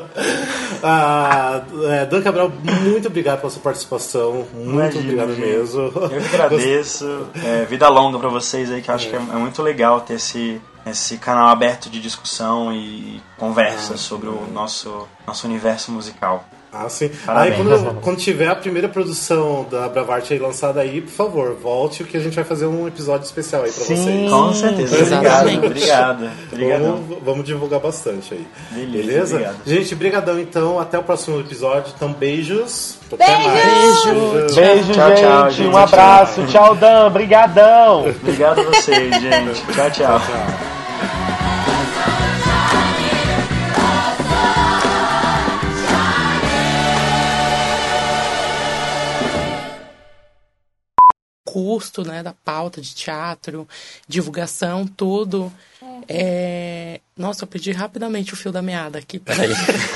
C: Ah, é, Dan Cabral, muito obrigado pela sua participação. Muito
G: Imagina,
C: obrigado
G: gente.
C: mesmo.
G: Eu que agradeço. É, vida longa pra vocês aí, que eu acho que é, é muito legal ter esse, esse canal aberto de discussão e conversa sobre o nosso, nosso universo musical.
C: Ah, sim.
G: Parabéns.
C: Aí quando, quando tiver a primeira produção da Bravarte aí lançada aí, por favor, volte que a gente vai fazer um episódio especial aí pra
E: Sim.
C: vocês.
G: Com certeza.
F: Exatamente.
G: Obrigado, obrigado. Obrigadão.
C: Vamos, vamos divulgar bastante aí.
G: Beleza,
C: Beleza?
G: obrigado.
C: Gente, brigadão então. Até o próximo episódio. Então, beijos.
D: Beijos!
C: mais.
E: Beijo,
G: Tchau,
E: gente.
G: tchau, gente.
E: Um abraço. Tchau, Dan. Brigadão.
G: Obrigado a vocês, gente. Tchau, tchau.
F: Custo, né, da pauta de teatro, divulgação, tudo. É... Nossa, eu perdi rapidamente o fio da meada aqui, peraí.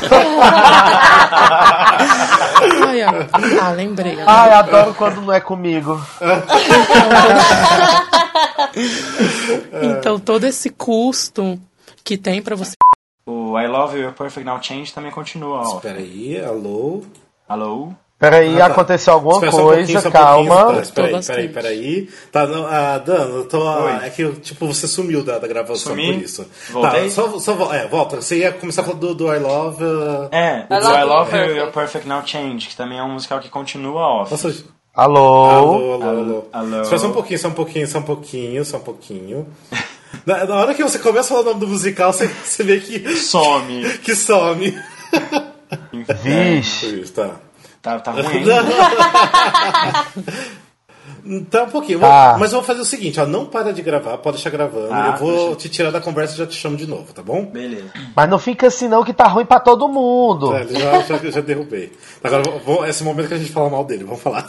F: Ai, ah, ah, lembrei.
E: Ai, adoro quando não é comigo.
F: Então, todo esse custo que tem pra você...
G: O I Love You, You're Perfect Now Change também continua, ó.
C: Espera aí, alô.
G: Alô?
E: Peraí,
C: Ah, tá.
E: aconteceu alguma
C: Espera só um pouquinho,
E: coisa,
C: só um pouquinho.
E: calma.
C: Tá, espera aí,
F: Tô
C: espera aí,
F: bastante.
C: espera aí. Tá, não, ah, Dan, eu tô, ah,
G: Oi.
C: é que tipo, você sumiu da, da gravação
G: Sumi?
C: por isso.
G: Voltei?
C: Tá, só, só vol- é, volta. Você ia começar falando do, do I Love. ah,
G: É,
D: I
G: o
D: Love
G: I
D: You,
G: Love You,
D: Perfect.
G: You're Perfect Now Change, que também é um musical que continua off.
C: Nossa,
E: Alô?
C: alô, alô, alô.
G: Alô.
C: Espera só um pouquinho, só um pouquinho, só um pouquinho, só um pouquinho. Na, na hora que você começa a falar o nome do musical, você, você vê que,
G: Some.
C: que some.
E: Vixe.
C: Isso, tá.
G: Tá, tá ruim.
C: Tá um pouquinho.
E: Tá.
C: Mas eu vou fazer o seguinte, ó, não para de gravar, pode deixar gravando.
G: Ah,
C: eu vou
G: deixa.
C: te tirar da conversa e já te chamo de novo, tá bom?
G: Beleza.
E: Mas não fica assim não que tá ruim pra todo mundo.
C: É, já, já, já derrubei. Agora, vou, esse momento que a gente fala mal dele, vamos falar.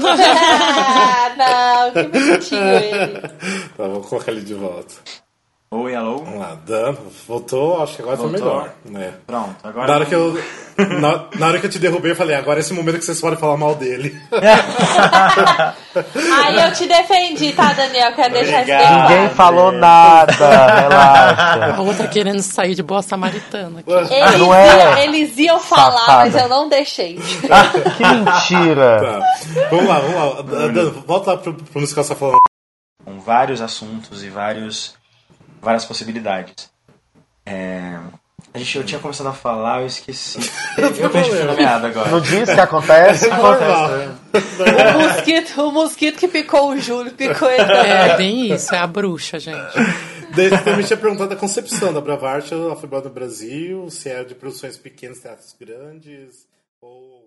D: Ah, não, que bonitinho ele.
C: Tá, vou colocar ele de volta.
G: Oi, alô?
C: Vamos lá, Dan, voltou, acho que agora
G: Voltou.
C: foi melhor. Né?
G: Pronto, agora...
C: Na hora, que eu, na, na hora que eu te derrubei, eu falei, agora é esse momento que vocês podem falar mal dele.
D: Aí eu te defendi, tá, Daniel? Quero deixar isso bem
G: Obrigado.
D: claro.
E: Ninguém falou nada, relaxa.
F: A outra querendo sair de boa samaritana aqui.
D: Eles,
E: Não é?
D: iam, eles iam falar,
E: Safada.
D: mas eu não deixei.
E: Que mentira.
C: Tá. Vamos lá, vamos lá. Dan, volta lá pro, pro musical que você tá falando.
G: Com vários assuntos e vários, várias possibilidades. É... A gente, eu tinha começado a falar, eu esqueci. Eu perdi o fio da meada agora.
E: Não diz que acontece?
C: Normal.
D: O mosquito, o mosquito que picou o Júlio, picou ele também.
F: É bem isso, é a bruxa, gente.
C: Daí você também tinha perguntado da concepção da Bravarte Off-Broadway no Brasil, se é de produções pequenas, teatros grandes, ou...